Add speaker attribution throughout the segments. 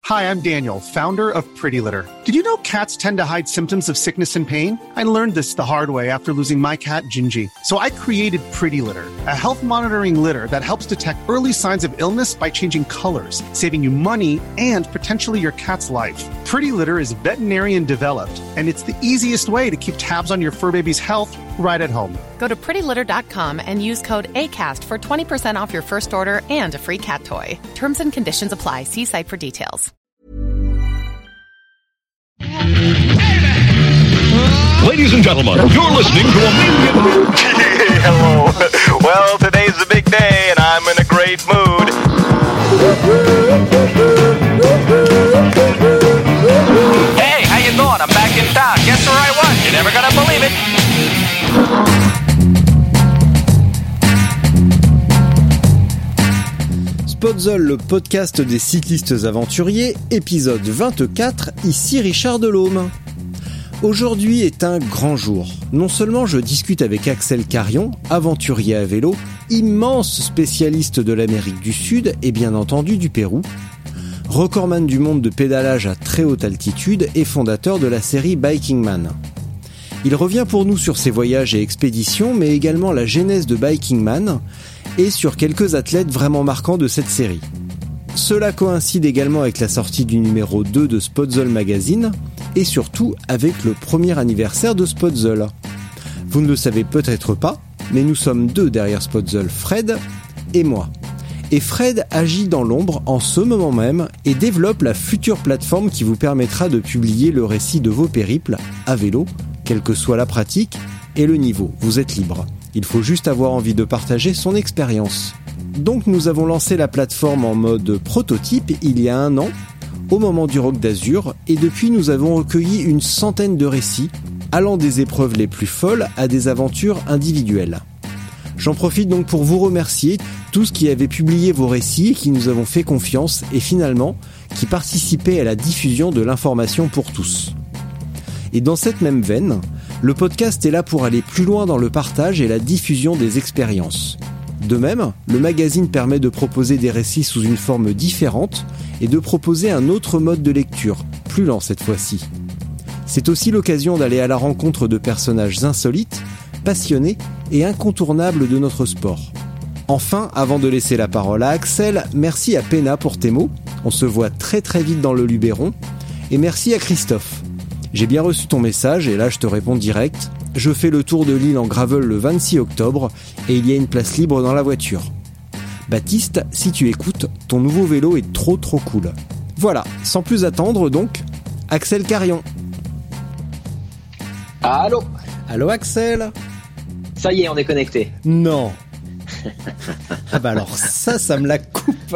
Speaker 1: Hi, I'm Daniel, founder of Pretty Litter. Did you know cats tend to hide symptoms of sickness and pain? I learned this the hard way after losing my cat, Gingy. So I created Pretty Litter, a health monitoring litter that helps detect early signs of illness by changing colors, saving you money and potentially your cat's life. Pretty Litter is veterinarian developed, and it's the easiest way to keep tabs on your fur baby's health right at home.
Speaker 2: Go to prettylitter.com and use code ACAST for 20% off your first order and a free cat toy. Terms and conditions apply. See site for details.
Speaker 3: Ladies and gentlemen, you're listening to a
Speaker 4: Hello. Well, today's a big day, and I'm in a great mood. Hey, how you doing? I'm back in town. Guess where I was? You're never gonna believe it.
Speaker 5: Spotzol, le podcast des cyclistes aventuriers, épisode 24, ici Richard Delhomme. Aujourd'hui est un grand jour. Non seulement je discute avec Axel Carion, aventurier à vélo, immense spécialiste de l'Amérique du Sud et bien entendu du Pérou, recordman du monde de pédalage à très haute altitude et fondateur de la série Biking Man. Il revient pour nous sur ses voyages et expéditions, mais également la genèse de Biking Man et sur quelques athlètes vraiment marquants de cette série. Cela coïncide également avec la sortie du numéro 2 de Spotzol Magazine et surtout avec le premier anniversaire de Spotzol. Vous ne le savez peut-être pas, mais nous sommes deux derrière Spotzol, Fred et moi. Et Fred agit dans l'ombre en ce moment même et développe la future plateforme qui vous permettra de publier le récit de vos périples à vélo, quelle que soit la pratique et le niveau. Vous êtes libre. Il faut juste avoir envie de partager son expérience. Donc nous avons lancé la plateforme en mode prototype il y a 1 an, au moment du Rock d'Azur, et depuis nous avons recueilli une centaine de récits, allant des épreuves les plus folles à des aventures individuelles. J'en profite donc pour vous remercier, tous qui avez publié vos récits et qui nous avons fait confiance, et finalement, qui participaient à la diffusion de l'information pour tous. Et dans cette même veine, le podcast est là pour aller plus loin dans le partage et la diffusion des expériences. De même, le magazine permet de proposer des récits sous une forme différente et de proposer un autre mode de lecture, plus lent cette fois-ci. C'est aussi l'occasion d'aller à la rencontre de personnages insolites, passionnés et incontournables de notre sport. Enfin, avant de laisser la parole à Axel, merci à Pena pour tes mots, on se voit très très vite dans le Luberon, et merci à Christophe. J'ai bien reçu ton message et là je te réponds direct. Je fais le tour de l'île en gravel le 26 octobre et il y a une place libre dans la voiture. Baptiste, si tu écoutes, ton nouveau vélo est trop cool. Voilà, sans plus attendre donc, Axel Carion.
Speaker 6: Allô ?
Speaker 5: Allô Axel ?
Speaker 6: Ça y est, on est connecté.
Speaker 5: Non. Ah bah alors ça me la coupe.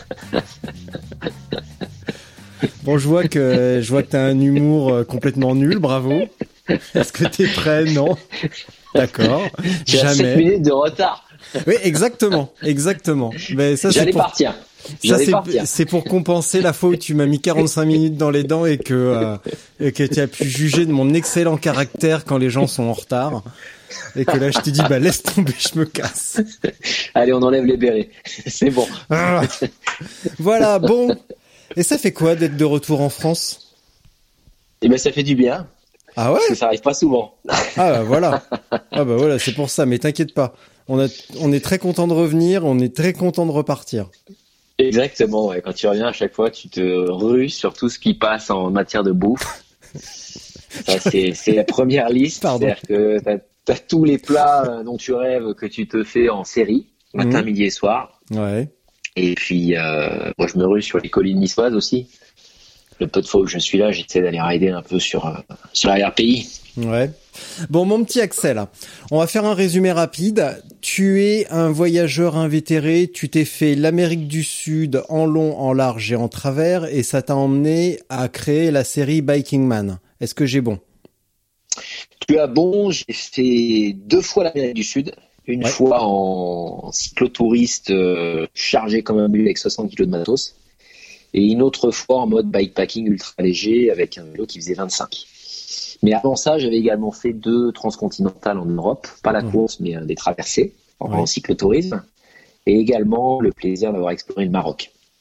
Speaker 5: Bon, je vois que t'as un humour complètement nul, bravo. Est-ce que t'es prêt ? Non. D'accord.
Speaker 6: J'ai 7 minutes de retard.
Speaker 5: Oui, exactement. Mais ça,
Speaker 6: J'allais partir.
Speaker 5: C'est pour compenser la fois où tu m'as mis 45 minutes dans les dents et que tu as pu juger de mon excellent caractère quand les gens sont en retard. Et que là, je t'ai dit, laisse tomber, je me casse.
Speaker 6: Allez, on enlève les bérets. C'est bon.
Speaker 5: Ah. Voilà, bon. Et ça fait quoi d'être de retour en France ?
Speaker 6: Eh ben, ça fait du bien.
Speaker 5: Ah ouais ?
Speaker 6: Parce que ça arrive pas souvent.
Speaker 5: Ah bah voilà, c'est pour ça, mais t'inquiète pas. On est très content de revenir, on est très content de repartir.
Speaker 6: Exactement, ouais. Quand tu reviens, à chaque fois, tu te rues sur tout ce qui passe en matière de bouffe. Ça, c'est la première liste.
Speaker 5: Pardon.
Speaker 6: C'est-à-dire que t'as tous les plats dont tu rêves que tu te fais en série, matin, midi et soir.
Speaker 5: Ouais.
Speaker 6: Et puis, moi, je me rue sur les collines niçoises aussi. Le peu de fois où je suis là, j'essaie d'aller rider un peu sur l'arrière-pays.
Speaker 5: Ouais. Bon, mon petit Axel, on va faire un résumé rapide. Tu es un voyageur invétéré, tu t'es fait l'Amérique du Sud en long, en large et en travers, et ça t'a emmené à créer la série Biking Man. Est-ce que j'ai bon ?
Speaker 6: Tu as bon, j'ai fait 2 fois l'Amérique du Sud. Une fois en cyclotouriste chargé comme un mule avec 60 kg de matos. Et une autre fois en mode bikepacking ultra léger avec un vélo qui faisait 25. Mais avant ça, j'avais également fait 2 transcontinentales en Europe. Pas la course, mais des traversées en cyclotourisme. Et également le plaisir d'avoir exploré le Maroc.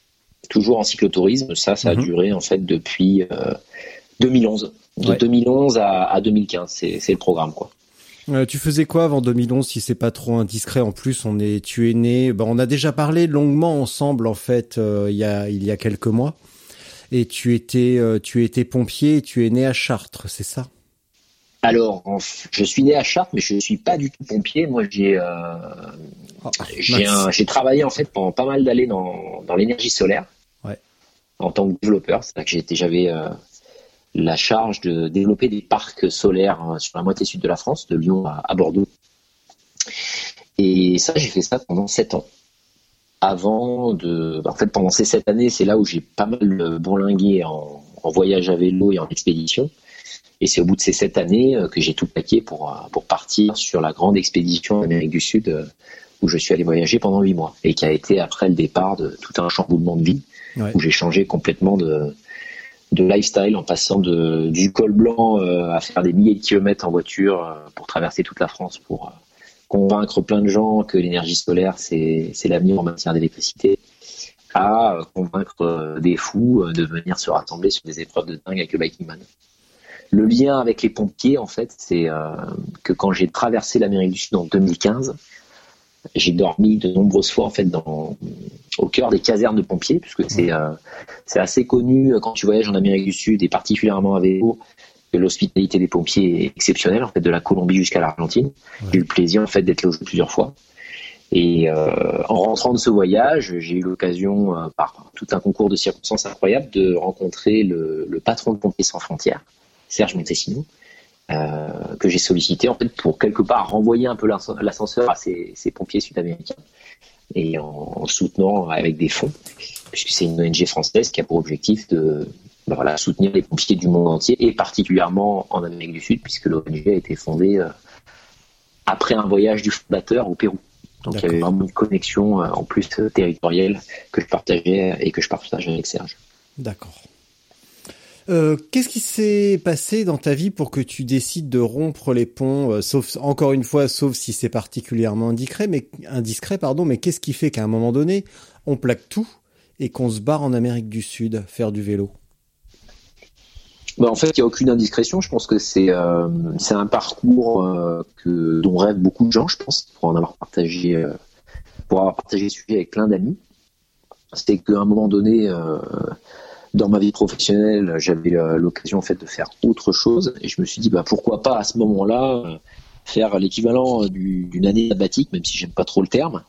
Speaker 6: toujours en cyclotourisme. Ça a duré en fait depuis 2011. De 2011 à 2015, c'est le programme, quoi.
Speaker 5: Tu faisais quoi avant 2011, si c'est pas trop indiscret? En plus, tu es né. On a déjà parlé longuement ensemble en fait il y a quelques mois. Et tu étais pompier. Et tu es né à Chartres, c'est ça?
Speaker 6: Alors, je suis né à Chartres, mais je ne suis pas du tout pompier. Moi, j'ai travaillé en fait pendant pas mal d'années dans l'énergie solaire, en tant que développeur. C'est-à-dire que j'avais la charge de développer des parcs solaires sur la moitié sud de la France, de Lyon à Bordeaux. Et ça, j'ai fait ça pendant 7 ans. Pendant ces 7 années, c'est là où j'ai pas mal bourlingué en voyage à vélo et en expédition. Et c'est au bout de ces 7 années que j'ai tout plaqué pour partir sur la grande expédition en Amérique du Sud, où je suis allé voyager pendant 8 mois. Et qui a été après le départ de tout un chamboulement de vie, où j'ai changé complètement de lifestyle en passant du col blanc à faire des milliers de kilomètres en voiture pour traverser toute la France pour convaincre plein de gens que l'énergie solaire c'est l'avenir en matière d'électricité, à convaincre des fous de venir se rassembler sur des épreuves de dingue avec le Biking Man. Le lien avec les pompiers, en fait, c'est que quand j'ai traversé l'Amérique du Sud en 2015, j'ai dormi de nombreuses fois en fait au cœur des casernes de pompiers, puisque c'est assez connu quand tu voyages en Amérique du Sud et particulièrement à vélo, que l'hospitalité des pompiers est exceptionnelle, en fait, de la Colombie jusqu'à l'Argentine. J'ai eu le plaisir en fait d'être logé plusieurs fois. Et en rentrant de ce voyage, j'ai eu l'occasion, par tout un concours de circonstances incroyables, de rencontrer le patron de Pompiers sans frontières, Serge Montesino, que j'ai sollicité en fait pour quelque part renvoyer un peu l'ascenseur à ces pompiers sud-américains, et en soutenant avec des fonds, puisque c'est une ONG française qui a pour objectif de soutenir les pompiers du monde entier, et particulièrement en Amérique du Sud, puisque l'ONG a été fondée après un voyage du fondateur au Pérou. Donc il y avait vraiment une connexion en plus territoriale que je partageais et que je partage avec Serge.
Speaker 5: D'accord. Qu'est-ce qui s'est passé dans ta vie pour que tu décides de rompre les ponts, sauf si c'est particulièrement indiscret, mais qu'est-ce qui fait qu'à un moment donné, on plaque tout et qu'on se barre en Amérique du Sud faire du vélo?
Speaker 6: En fait, il n'y a aucune indiscrétion. Je pense que c'est un parcours dont rêvent beaucoup de gens, je pense, pour avoir partagé ce sujet avec plein d'amis. C'est qu'à un moment donné, dans ma vie professionnelle, j'avais l'occasion en fait de faire autre chose, et je me suis dit pourquoi pas à ce moment-là faire l'équivalent d'une année sabbatique, même si j'aime pas trop le terme,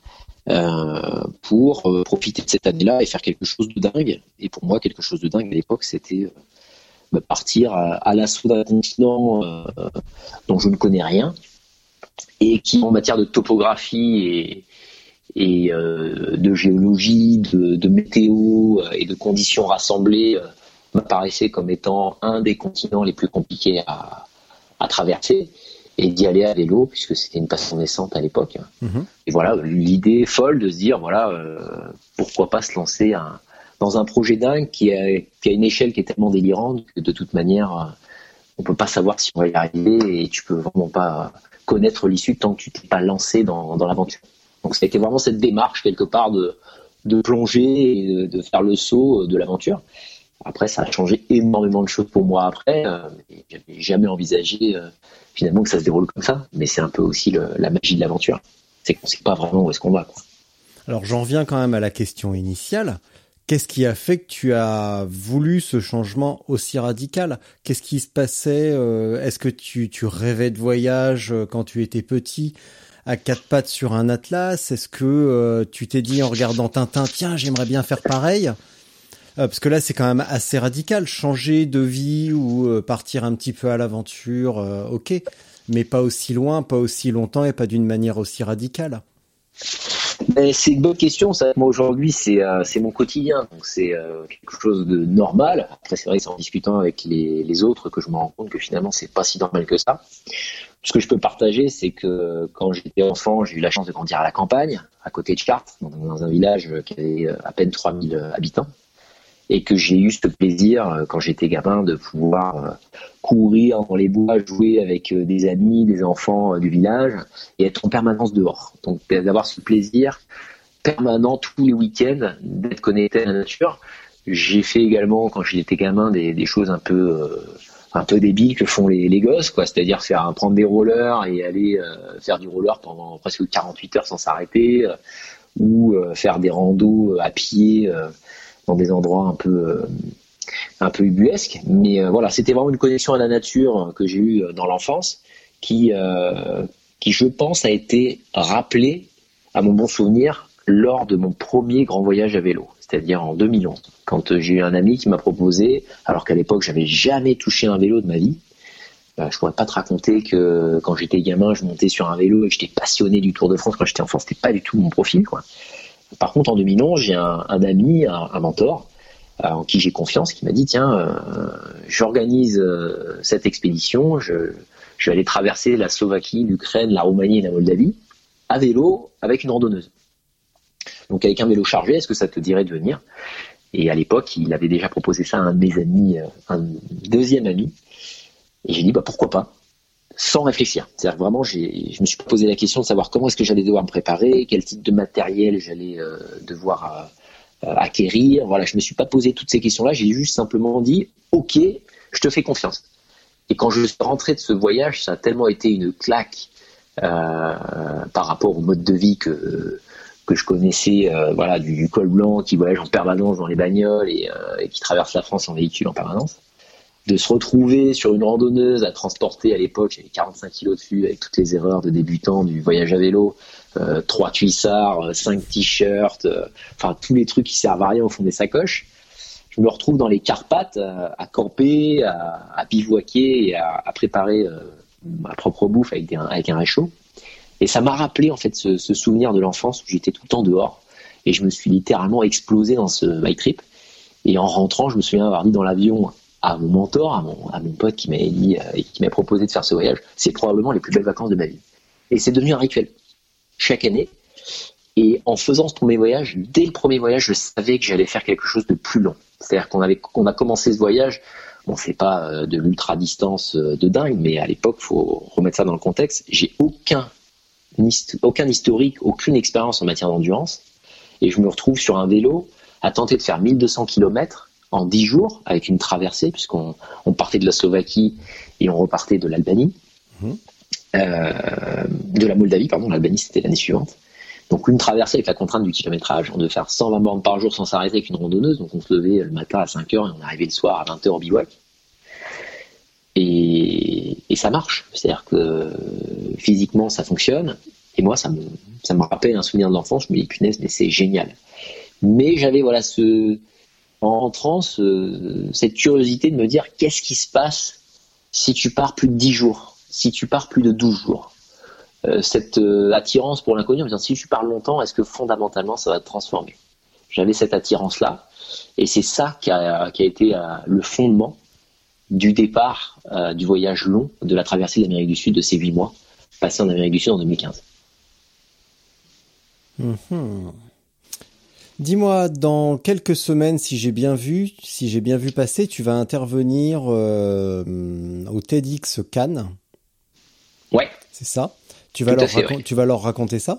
Speaker 6: pour profiter de cette année-là et faire quelque chose de dingue. Et pour moi, quelque chose de dingue à l'époque, c'était partir à l'assaut d'un continent dont je ne connais rien, et qui en matière de topographie et de géologie, de météo et de conditions rassemblées m'apparaissait comme étant un des continents les plus compliqués à traverser, et d'y aller à vélo, puisque c'était une passion naissante à l'époque. Et voilà, l'idée folle de se dire pourquoi pas se lancer dans un projet dingue qui a une échelle qui est tellement délirante que de toute manière on peut pas savoir si on va y arriver, et tu peux vraiment pas connaître l'issue tant que tu t'es pas lancé dans l'aventure. Donc ça a été vraiment cette démarche quelque part de plonger et de faire le saut de l'aventure. Après, ça a changé énormément de choses pour moi après. J'avais jamais envisagé finalement que ça se déroule comme ça, mais c'est un peu aussi la magie de l'aventure. C'est qu'on sait pas vraiment où est-ce qu'on va, quoi.
Speaker 5: Alors j'en reviens quand même à la question initiale. Qu'est-ce qui a fait que tu as voulu ce changement aussi radical? Qu'est-ce qui se passait? Est-ce que tu rêvais de voyage quand tu étais petit, à 4 pattes sur un atlas? Est-ce que tu t'es dit en regardant Tintin, tiens, j'aimerais bien faire pareil? Parce que là, c'est quand même assez radical, changer de vie ou partir un petit peu à l'aventure, ok, mais pas aussi loin, pas aussi longtemps et pas d'une manière aussi radicale.
Speaker 6: C'est une bonne question. Ça, moi aujourd'hui, c'est mon quotidien, donc c'est quelque chose de normal. Après, c'est vrai que c'est en discutant avec les autres que je me rends compte que finalement, c'est pas si normal que ça. Ce que je peux partager, c'est que quand j'étais enfant, j'ai eu la chance de grandir à la campagne, à côté de Chartres, dans un village qui avait à peine 3000 habitants, et que j'ai eu ce plaisir quand j'étais gamin de pouvoir courir dans les bois, jouer avec des amis, des enfants du village, et être en permanence dehors. Donc d'avoir ce plaisir permanent tous les week-ends d'être connecté à la nature. J'ai fait également, quand j'étais gamin, des choses un peu débiles que font les gosses, quoi. C'est-à-dire prendre des rollers et aller faire du roller pendant presque 48 heures sans s'arrêter, ou faire des randos à pied dans des endroits un peu ubuesques. Mais voilà, c'était vraiment une connexion à la nature que j'ai eue dans l'enfance, qui je pense a été rappelée à mon bon souvenir lors de mon premier grand voyage à vélo, c'est-à-dire en 2011, quand j'ai eu un ami qui m'a proposé, alors qu'à l'époque j'avais jamais touché un vélo de ma vie. Je pourrais pas te raconter que quand j'étais gamin, je montais sur un vélo et que j'étais passionné du Tour de France. Quand j'étais enfant, c'était pas du tout mon profil, quoi. Par contre, en 2011, j'ai un ami, un mentor, en qui j'ai confiance, qui m'a dit, tiens, j'organise cette expédition, je vais aller traverser la Slovaquie, l'Ukraine, la Roumanie et la Moldavie à vélo avec une randonneuse. Donc avec un vélo chargé, est-ce que ça te dirait de venir ? Et à l'époque, il avait déjà proposé ça à un de mes amis, un deuxième ami. Et j'ai dit, pourquoi pas ? Sans réfléchir. C'est-à-dire que vraiment, je me suis posé la question de savoir comment est-ce que j'allais devoir me préparer, quel type de matériel j'allais devoir acquérir. Voilà, je me suis pas posé toutes ces questions-là. J'ai juste simplement dit, ok, je te fais confiance. Et quand je suis rentré de ce voyage, ça a tellement été une claque par rapport au mode de vie que je connaissais, du col blanc qui voyage en permanence dans les bagnoles et qui traverse la France en véhicule en permanence. De se retrouver sur une randonneuse à transporter, à l'époque, j'avais 45 kilos dessus, avec toutes les erreurs de débutant du voyage à vélo, 3 cuissards, 5 t-shirts, tous les trucs qui servent à rien au fond des sacoches. Je me retrouve dans les Carpates à camper, à bivouaquer et à préparer ma propre bouffe avec un réchaud. Et ça m'a rappelé en fait ce souvenir de l'enfance où j'étais tout le temps dehors et je me suis littéralement explosé dans ce bike trip. Et en rentrant, je me souviens avoir dit dans l'avion à mon mentor, à mon pote qui m'avait dit et qui m'a proposé de faire ce voyage, c'est probablement les plus belles vacances de ma vie. Et c'est devenu un rituel chaque année. Et en faisant ce premier voyage, dès le premier voyage, je savais que j'allais faire quelque chose de plus long. C'est-à-dire qu'on a commencé ce voyage. Bon, c'est pas de l'ultra distance de dingue, mais à l'époque, faut remettre ça dans le contexte. J'ai aucun historique, aucune expérience en matière d'endurance, et je me retrouve sur un vélo à tenter de faire 1200 km en 10 jours avec une traversée, puisqu'on partait de la Slovaquie et on repartait de l'Albanie, de la Moldavie, pardon, l'Albanie c'était l'année suivante. Donc une traversée avec la contrainte du kilométrage, on devait faire 120 bornes par jour sans s'arrêter avec une randonneuse, donc on se levait le matin à 5h et on arrivait le soir à 20h au bivouac. Et ça marche, c'est-à-dire que physiquement ça fonctionne, et moi ça me rappelle un souvenir de l'enfance. Je me dis punaise, mais c'est génial. Mais j'avais en rentrant cette curiosité de me dire qu'est-ce qui se passe si tu pars plus de 10 jours, si tu pars plus de 12 jours. Cette attirance pour l'inconnu, en me disant si tu pars longtemps, est-ce que fondamentalement ça va te transformer ? J'avais cette attirance-là, et c'est ça qui a été le fondement du départ du voyage long de la traversée de l'Amérique du Sud de ces 8 mois passés en Amérique du Sud en 2015.
Speaker 5: Dis-moi, dans quelques semaines, si j'ai bien vu passer, tu vas intervenir au TEDx Cannes.
Speaker 6: Ouais.
Speaker 5: C'est ça. Tu vas leur raconter ça ?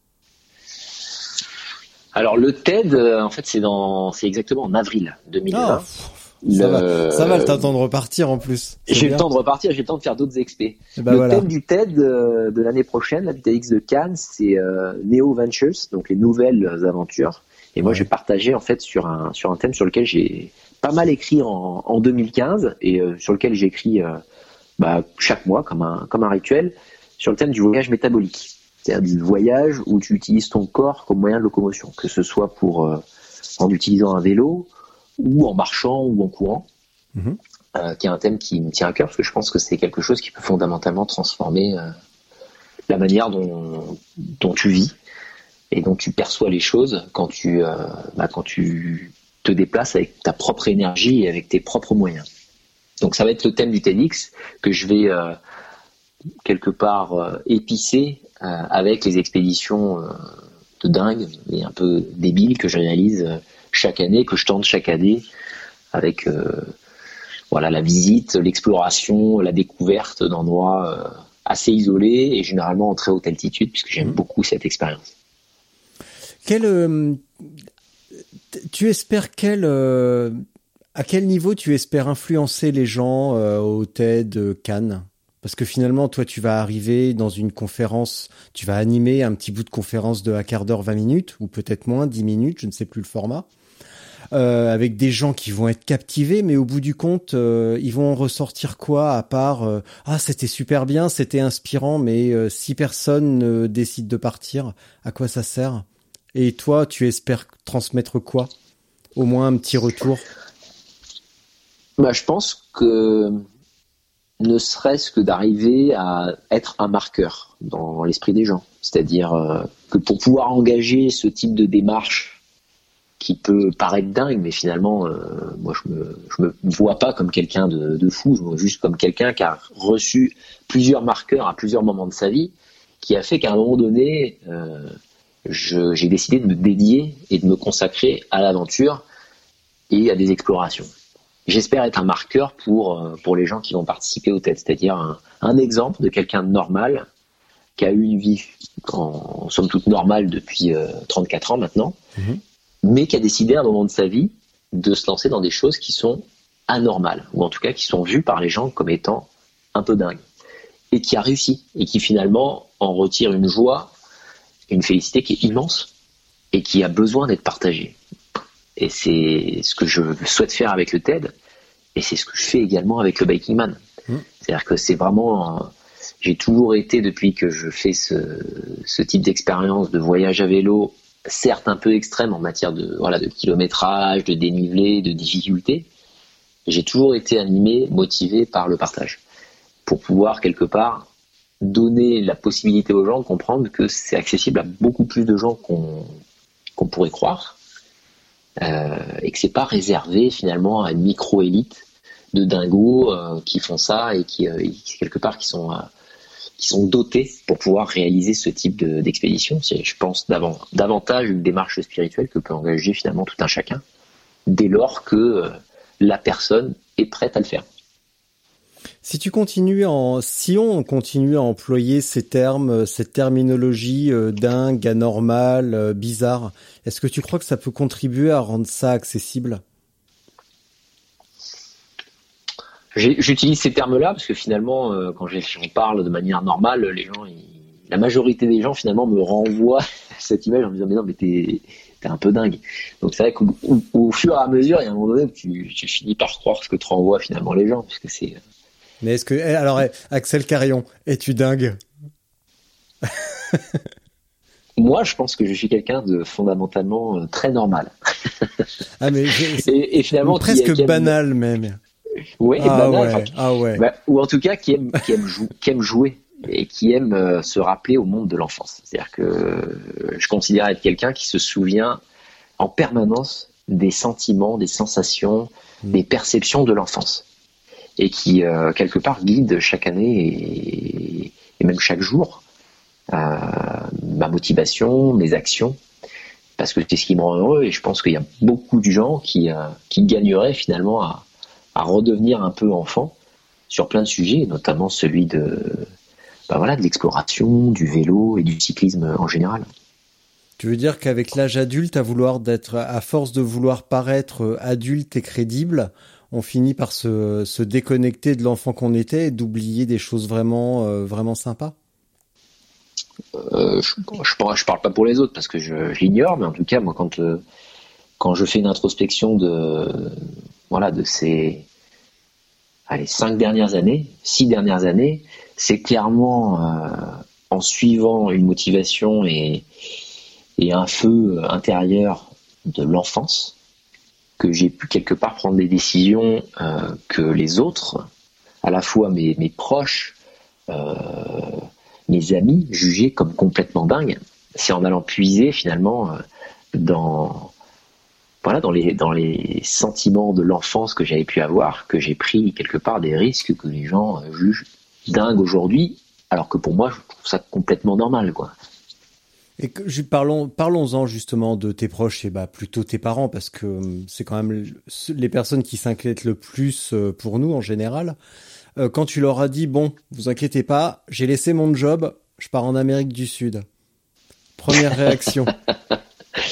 Speaker 6: Alors le TED, en fait, c'est exactement en avril 2020.
Speaker 5: Ça va le temps de repartir en plus.
Speaker 6: J'ai le temps de repartir, j'ai le temps de faire d'autres expés. Thème du TED de l'année prochaine, du TEDx de Cannes, c'est Neo Ventures, donc les nouvelles aventures. Et moi, je vais partager en fait sur un thème sur lequel j'ai pas mal écrit en 2015 et sur lequel j'écris chaque mois comme un rituel, sur le thème du voyage métabolique. C'est-à-dire du voyage où tu utilises ton corps comme moyen de locomotion, que ce soit en utilisant un vélo ou en marchant ou en courant, qui est un thème qui me tient à cœur parce que je pense que c'est quelque chose qui peut fondamentalement transformer la manière dont tu vis et dont tu perçois les choses quand tu te déplaces avec ta propre énergie et avec tes propres moyens. Donc ça va être le thème du TEDx que je vais quelque part épicer avec les expéditions de dingue et un peu débiles que je réalise chaque année, que je tente chaque année avec la visite, l'exploration, la découverte d'endroits assez isolés et généralement en très haute altitude puisque j'aime beaucoup cette expérience.
Speaker 5: Tu espères à quel niveau tu espères influencer les gens au TED Cannes? Parce que finalement, toi, tu vas arriver dans une conférence, tu vas animer un petit bout de conférence de un quart d'heure, 20 minutes, ou peut-être moins, 10 minutes, je ne sais plus le format, avec des gens qui vont être captivés, mais au bout du compte, ils vont ressortir quoi à part ah, c'était super bien, c'était inspirant, mais si personne décide de partir, à quoi ça sert? Et toi, tu espères transmettre quoi? Au moins un petit retour.
Speaker 6: Je pense que ne serait-ce que d'arriver à être un marqueur dans l'esprit des gens. C'est-à-dire que pour pouvoir engager ce type de démarche qui peut paraître dingue, mais finalement, moi je me vois pas comme quelqu'un de fou, je me vois juste comme quelqu'un qui a reçu plusieurs marqueurs à plusieurs moments de sa vie, qui a fait qu'à un moment donné, j'ai décidé de me dédier et de me consacrer à l'aventure et à des explorations. J'espère être un marqueur pour les gens qui vont participer au TED, c'est-à-dire un exemple de quelqu'un de normal qui a eu une vie en somme toute normale depuis 34 ans maintenant, mais qui a décidé à un moment de sa vie de se lancer dans des choses qui sont anormales, ou en tout cas qui sont vues par les gens comme étant un peu dingues, et qui a réussi, et qui finalement en retire une joie, une félicité qui est immense, et qui a besoin d'être partagée. Et c'est ce que je souhaite faire avec le TED, et c'est ce que je fais également avec le Biking Man. C'est-à-dire que c'est vraiment... j'ai toujours été, depuis que je fais ce type d'expérience de voyage à vélo, certes un peu extrême en matière de kilométrage, de dénivelé, de difficulté, j'ai toujours été animé, motivé par le partage, pour pouvoir quelque part donner la possibilité aux gens de comprendre que c'est accessible à beaucoup plus de gens qu'on pourrait croire, et que c'est pas réservé finalement à une micro-élite de dingos qui font ça et qui quelque part qui sont dotés pour pouvoir réaliser ce type d'expédition. C'est, je pense, davantage une démarche spirituelle que peut engager finalement tout un chacun, dès lors que la personne est prête à le faire.
Speaker 5: Si on continue à employer ces termes, cette terminologie dingue, anormale, bizarre, est-ce que tu crois que ça peut contribuer à rendre ça accessible?
Speaker 6: J'utilise ces termes-là parce que finalement, quand j'en parle de manière normale, la majorité des gens finalement me renvoient cette image en me disant mais non, mais t'es un peu dingue. Donc c'est vrai qu'au fur et à mesure, il y a un moment donné où tu finis par croire ce que te renvoient finalement les gens, parce que c'est...
Speaker 5: Mais est-ce que... Alors, Axel Carillon, es-tu dingue?
Speaker 6: Moi, je pense que je suis quelqu'un de fondamentalement très normal.
Speaker 5: Ah, mais
Speaker 6: et finalement...
Speaker 5: Presque banal, même.
Speaker 6: Oui, banal.
Speaker 5: Ouais.
Speaker 6: Ou en tout cas, qui aime jouer et qui aime se rappeler au monde de l'enfance. C'est-à-dire que je considère être quelqu'un qui se souvient en permanence des sentiments, des sensations, des perceptions de l'enfance. Et qui, quelque part, guide chaque année et même chaque jour ma motivation, mes actions, parce que c'est ce qui me rend heureux. Et je pense qu'il y a beaucoup de gens qui gagneraient finalement à redevenir un peu enfant sur plein de sujets, notamment celui de l'exploration, du vélo et du cyclisme en général.
Speaker 5: Tu veux dire qu'avec l'âge adulte, à force de vouloir paraître adulte et crédible, on finit par se déconnecter de l'enfant qu'on était et d'oublier des choses vraiment sympas?
Speaker 6: Je parle pas pour les autres parce que je l'ignore, mais en tout cas, moi, quand je fais une introspection de ces 6 dernières années, c'est clairement en suivant une motivation et un feu intérieur de l'enfance que j'ai pu quelque part prendre des décisions que les autres, à la fois mes proches, mes amis, jugeaient comme complètement dingues. C'est en allant puiser finalement dans les sentiments de l'enfance que j'avais pu avoir que j'ai pris quelque part des risques que les gens jugent dingues aujourd'hui, alors que pour moi, je trouve ça complètement normal, quoi.
Speaker 5: Et parlons-en justement de tes proches et plutôt tes parents, parce que c'est quand même les personnes qui s'inquiètent le plus pour nous en général. Quand tu leur as dit bon, vous inquiétez pas, j'ai laissé mon job, je pars en Amérique du Sud. Première réaction.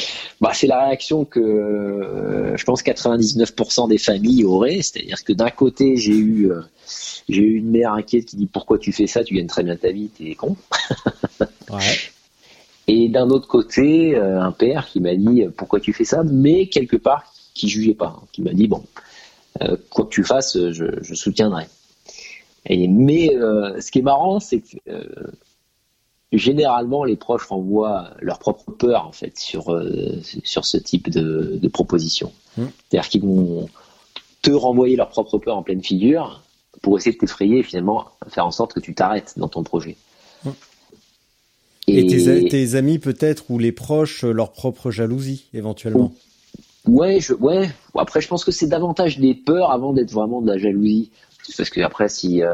Speaker 6: C'est la réaction que je pense 99% des familles auraient, c'est-à-dire que d'un côté j'ai eu une mère inquiète qui dit pourquoi tu fais ça, tu gagnes très bien ta vie, t'es con.
Speaker 5: Ouais.
Speaker 6: Et d'un autre côté un père qui m'a dit pourquoi tu fais ça, mais quelque part qui jugeait pas, qui m'a dit quoi que tu fasses, je soutiendrai. Mais ce qui est marrant, c'est que généralement, les proches renvoient leur propre peur en fait sur ce type de proposition. C'est-à-dire qu'ils vont te renvoyer leur propre peur en pleine figure pour essayer de t'effrayer et finalement faire en sorte que tu t'arrêtes dans ton projet.
Speaker 5: Et tes amis peut-être ou les proches leur propre jalousie éventuellement.
Speaker 6: Ouais. Après, je pense que c'est davantage des peurs avant d'être vraiment de la jalousie. Parce que après,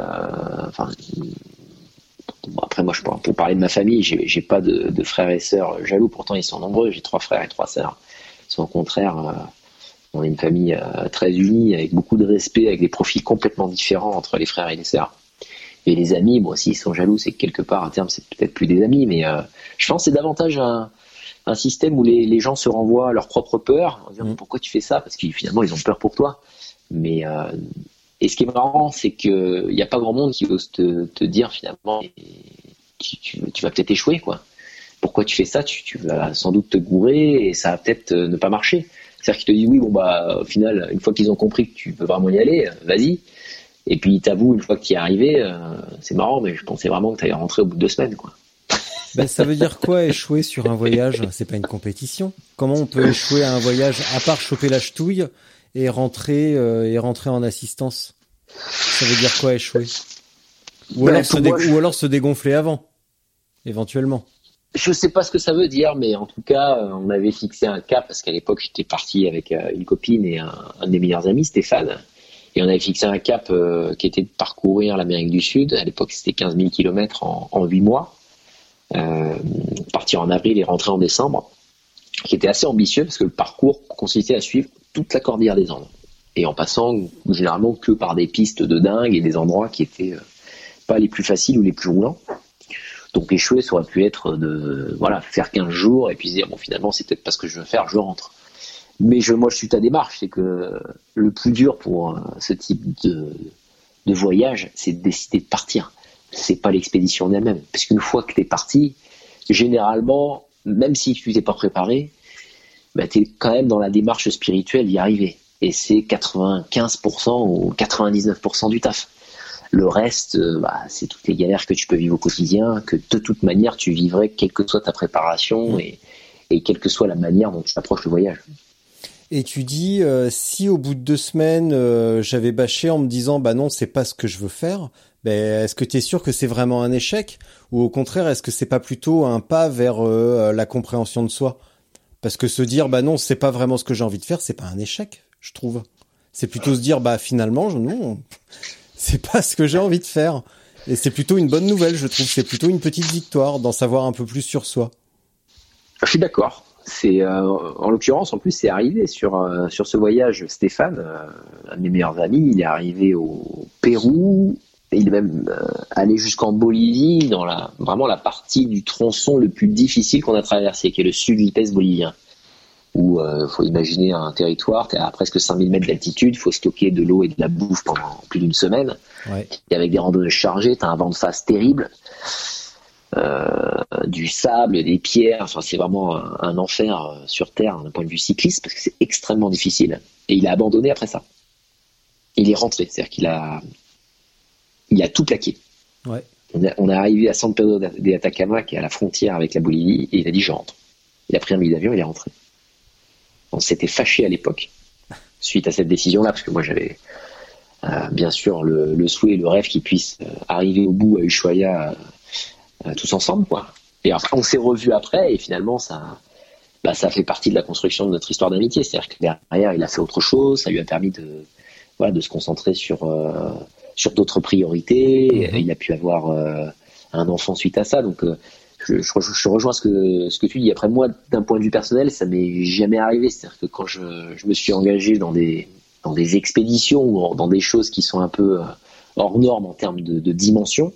Speaker 6: après, moi, pour parler de ma famille, j'ai pas de frères et sœurs jaloux. Pourtant, ils sont nombreux. J'ai 3 frères et 3 sœurs. Ils sont au contraire, on est une famille très unie, avec beaucoup de respect, avec des profils complètement différents entre les frères et les sœurs. Et les amis, s'ils sont jaloux, c'est que quelque part, à terme, c'est peut-être plus des amis. Mais je pense que c'est davantage un système où les gens se renvoient à leur propre peur, en disant pourquoi tu fais ça, parce que finalement, ils ont peur pour toi. Mais et ce qui est marrant, c'est que y a pas grand monde qui ose te dire finalement tu vas peut-être échouer, quoi. Pourquoi tu fais ça, tu vas sans doute te gourer et ça va peut-être ne pas marcher. C'est-à-dire qu'ils te disent oui, au final, une fois qu'ils ont compris que tu peux vraiment y aller, vas-y. Et puis ils t'avouent une fois que tu y es arrivé, c'est marrant, mais je pensais vraiment que tu allais rentrer au bout de 2 semaines, quoi.
Speaker 5: Ça veut dire quoi échouer sur un voyage? C'est pas une compétition. Comment on peut échouer à un voyage à part choper la ch'touille et rentrer en assistance? Ça veut dire quoi échouer? Ou alors se dégonfler avant, éventuellement.
Speaker 6: Je sais pas ce que ça veut dire, mais en tout cas, on avait fixé un cap parce qu'à l'époque, j'étais parti avec une copine et un de mes meilleurs amis, Stéphane. Et on avait fixé un cap qui était de parcourir l'Amérique du Sud. À l'époque, c'était 15 000 km en 8 mois. Partir en avril et rentrer en décembre, qui était assez ambitieux parce que le parcours consistait à suivre toute la cordillère des Andes et en passant généralement que par des pistes de dingue et des endroits qui étaient pas les plus faciles ou les plus roulants. Donc échouer, ça aurait pu être de faire 15 jours et puis se dire finalement c'est peut-être pas ce que je veux faire, je rentre. Mais moi je suis ta démarche, c'est que le plus dur pour ce type de voyage, c'est de décider de partir. C'est pas l'expédition en elle-même, parce qu'une fois que t'es parti, généralement, même si tu t'es pas préparé, t'es quand même dans la démarche spirituelle d'y arriver. Et c'est 95% ou 99% du taf. Le reste, c'est toutes les galères que tu peux vivre au quotidien, que de toute manière tu vivrais, quelle que soit ta préparation et quelle que soit la manière dont tu approches le voyage.
Speaker 5: Et tu dis, si au bout de 2 semaines, j'avais bâché en me disant, non, c'est pas ce que je veux faire, est-ce que tu es sûr que c'est vraiment un échec? Ou au contraire, est-ce que c'est pas plutôt un pas vers la compréhension de soi? Parce que se dire, non, c'est pas vraiment ce que j'ai envie de faire, c'est pas un échec, je trouve. C'est plutôt se dire, finalement, non, c'est pas ce que j'ai envie de faire. Et c'est plutôt une bonne nouvelle, je trouve. C'est plutôt une petite victoire d'en savoir un peu plus sur soi.
Speaker 6: Je suis d'accord. C'est en l'occurrence, en plus, c'est arrivé sur ce voyage. Stéphane, un de mes meilleurs amis, il est arrivé au Pérou. Et il est même allé jusqu'en Bolivie, dans vraiment la partie du tronçon le plus difficile qu'on a traversé, qui est le sud-vitesse bolivien. Où faut imaginer un territoire, t'es à presque 5000 mètres d'altitude, il faut stocker de l'eau et de la bouffe pendant plus d'une semaine. Ouais. Et avec des randonnées chargées, t'as un vent de face terrible. Du sable, des pierres, c'est vraiment un enfer sur Terre d'un point de vue cycliste parce que c'est extrêmement difficile. Et il a abandonné après ça. Il est rentré, c'est-à-dire qu'il a tout plaqué.
Speaker 5: Ouais.
Speaker 6: On est arrivé à San Pedro de Atacama, qui est à la frontière avec la Bolivie, et il a dit je rentre. Il a pris un billet d'avion, il est rentré. On s'était fâché à l'époque suite à cette décision-là, parce que moi j'avais bien sûr le souhait et le rêve qu'ils puissent arriver au bout à Ushuaia tous ensemble, quoi. Et après, on s'est revus après, et finalement ça fait partie de la construction de notre histoire d'amitié. C'est-à-dire que derrière, il a fait autre chose, ça lui a permis de se concentrer sur d'autres priorités. Il a pu avoir un enfant suite à ça. Donc je rejoins ce que tu dis. Après, moi, d'un point de vue personnel, ça m'est jamais arrivé. C'est-à-dire que quand je me suis engagé dans des expéditions ou dans des choses qui sont un peu hors normes en termes de dimension,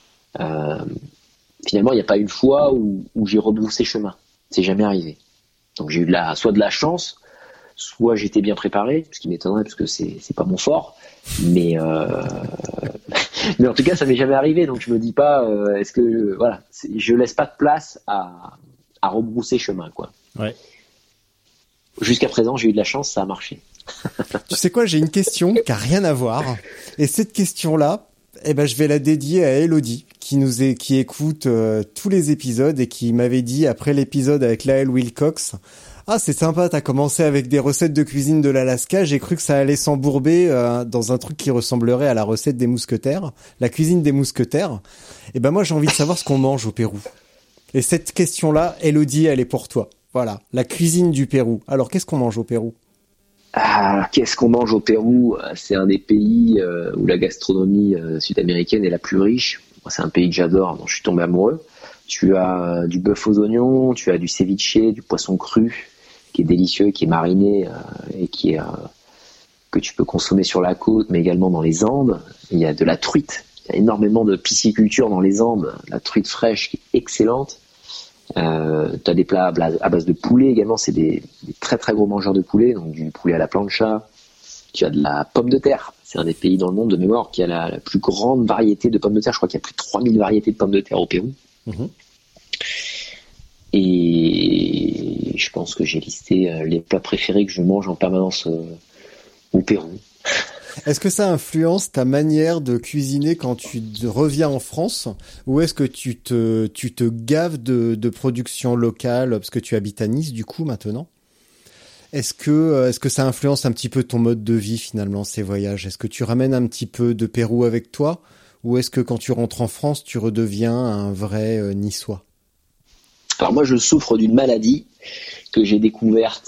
Speaker 6: finalement, il n'y a pas une fois où j'ai rebroussé chemin. C'est jamais arrivé. Donc j'ai eu soit de la chance, soit j'étais bien préparé, ce qui m'étonnerait parce que c'est pas mon fort. Mais mais en tout cas, ça m'est jamais arrivé. Donc je me dis pas, est-ce que voilà, je laisse pas de place à rebrousser chemin, quoi.
Speaker 5: Ouais.
Speaker 6: Jusqu'à présent, j'ai eu de la chance, ça a marché.
Speaker 5: Tu sais quoi, j'ai une question qui a rien à voir. Et cette question-là, je vais la dédier à Elodie, qui écoute tous les épisodes et qui m'avait dit après l'épisode avec Lael Wilcox, ah, c'est sympa, t'as commencé avec des recettes de cuisine de l'Alaska, j'ai cru que ça allait s'embourber dans un truc qui ressemblerait à la recette des mousquetaires, la cuisine des mousquetaires. Moi, j'ai envie de savoir ce qu'on mange au Pérou. Et cette question-là, Elodie, elle est pour toi. Voilà, la cuisine du Pérou. Alors, qu'est-ce qu'on mange au Pérou ?
Speaker 6: Qu'est-ce qu'on mange au Pérou ? C'est un des pays où la gastronomie sud-américaine est la plus riche. Moi, c'est un pays que j'adore, dont je suis tombé amoureux. Tu as du bœuf aux oignons, tu as du ceviche, du poisson cru, qui est délicieux, qui est mariné et que tu peux consommer sur la côte, mais également dans les Andes. Il y a de la truite. Il y a énormément de pisciculture dans les Andes. La truite fraîche qui est excellente. Tu as des plats à base de poulet également, c'est des très très gros mangeurs de poulet, donc du poulet à la plancha. Tu as de la pomme de terre, c'est un des pays dans le monde de mémoire qui a la plus grande variété de pommes de terre, je crois qu'il y a plus de 3000 variétés de pommes de terre au Pérou. Et je pense que j'ai listé les plats préférés que je mange en permanence au Pérou.
Speaker 5: Est-ce que ça influence ta manière de cuisiner quand tu reviens en France, ou est-ce que tu te gaves de production locale parce que tu habites à Nice du coup maintenant ? Est-ce que ça influence un petit peu ton mode de vie finalement, ces voyages ? Est-ce que tu ramènes un petit peu de Pérou avec toi, ou est-ce que quand tu rentres en France, tu redeviens un vrai Niçois ?
Speaker 6: Alors moi, je souffre d'une maladie que j'ai découverte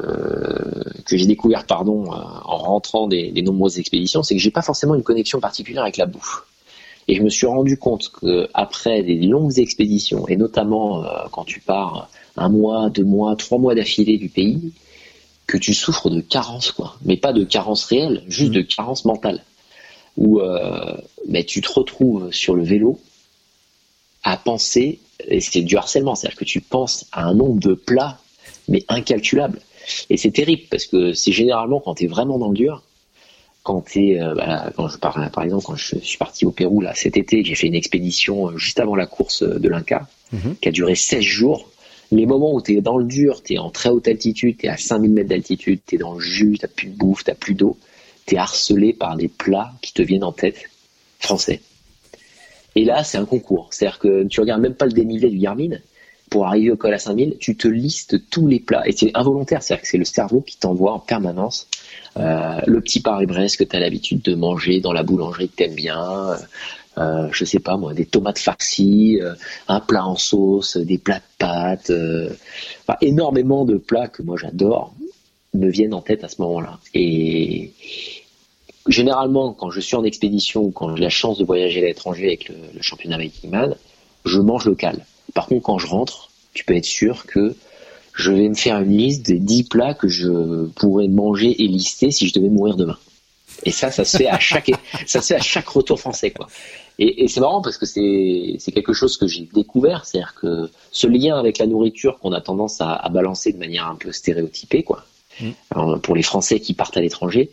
Speaker 6: en rentrant des nombreuses expéditions, c'est que j'ai pas forcément une connexion particulière avec la bouffe. Et je me suis rendu compte que après des longues expéditions, et notamment quand tu pars 1 mois, 2 mois, 3 mois d'affilée du pays, que tu souffres de carence, quoi. Mais pas de carence réelle, juste de carence mentale. Où tu te retrouves sur le vélo à penser, et c'est du harcèlement, c'est-à-dire que tu penses à un nombre de plats mais incalculable. Et c'est terrible parce que c'est généralement quand tu es vraiment dans le dur, quand par exemple quand je suis parti au Pérou là cet été, j'ai fait une expédition juste avant la course de l'Inca qui a duré 16 jours. Les moments où tu es dans le dur, tu es en très haute altitude, tu es à 5000 mètres d'altitude, tu es dans le jus, tu n'as plus de bouffe, tu n'as plus d'eau, tu es harcelé par des plats qui te viennent en tête, français. Et là, c'est un concours. C'est-à-dire que tu regardes même pas le dénivelé du Garmin. Pour arriver au col à 5000, tu te listes tous les plats. Et c'est involontaire, c'est-à-dire que c'est le cerveau qui t'envoie en permanence le petit Paris-Brest que tu as l'habitude de manger dans la boulangerie que tu aimes bien, je sais pas moi, des tomates farcies, un plat en sauce, des plats de pâtes, énormément de plats que moi j'adore me viennent en tête à ce moment-là. Et généralement, quand je suis en expédition ou quand j'ai la chance de voyager à l'étranger avec le championnat Viking Man, je mange local. Par contre, quand je rentre, tu peux être sûr que je vais me faire une liste des 10 plats que je pourrais manger et lister si je devais mourir demain. Et ça se fait à chaque retour français, quoi. Et c'est marrant parce que c'est quelque chose que j'ai découvert, c'est-à-dire que ce lien avec la nourriture qu'on a tendance à balancer de manière un peu stéréotypée, quoi. Alors, pour les Français qui partent à l'étranger,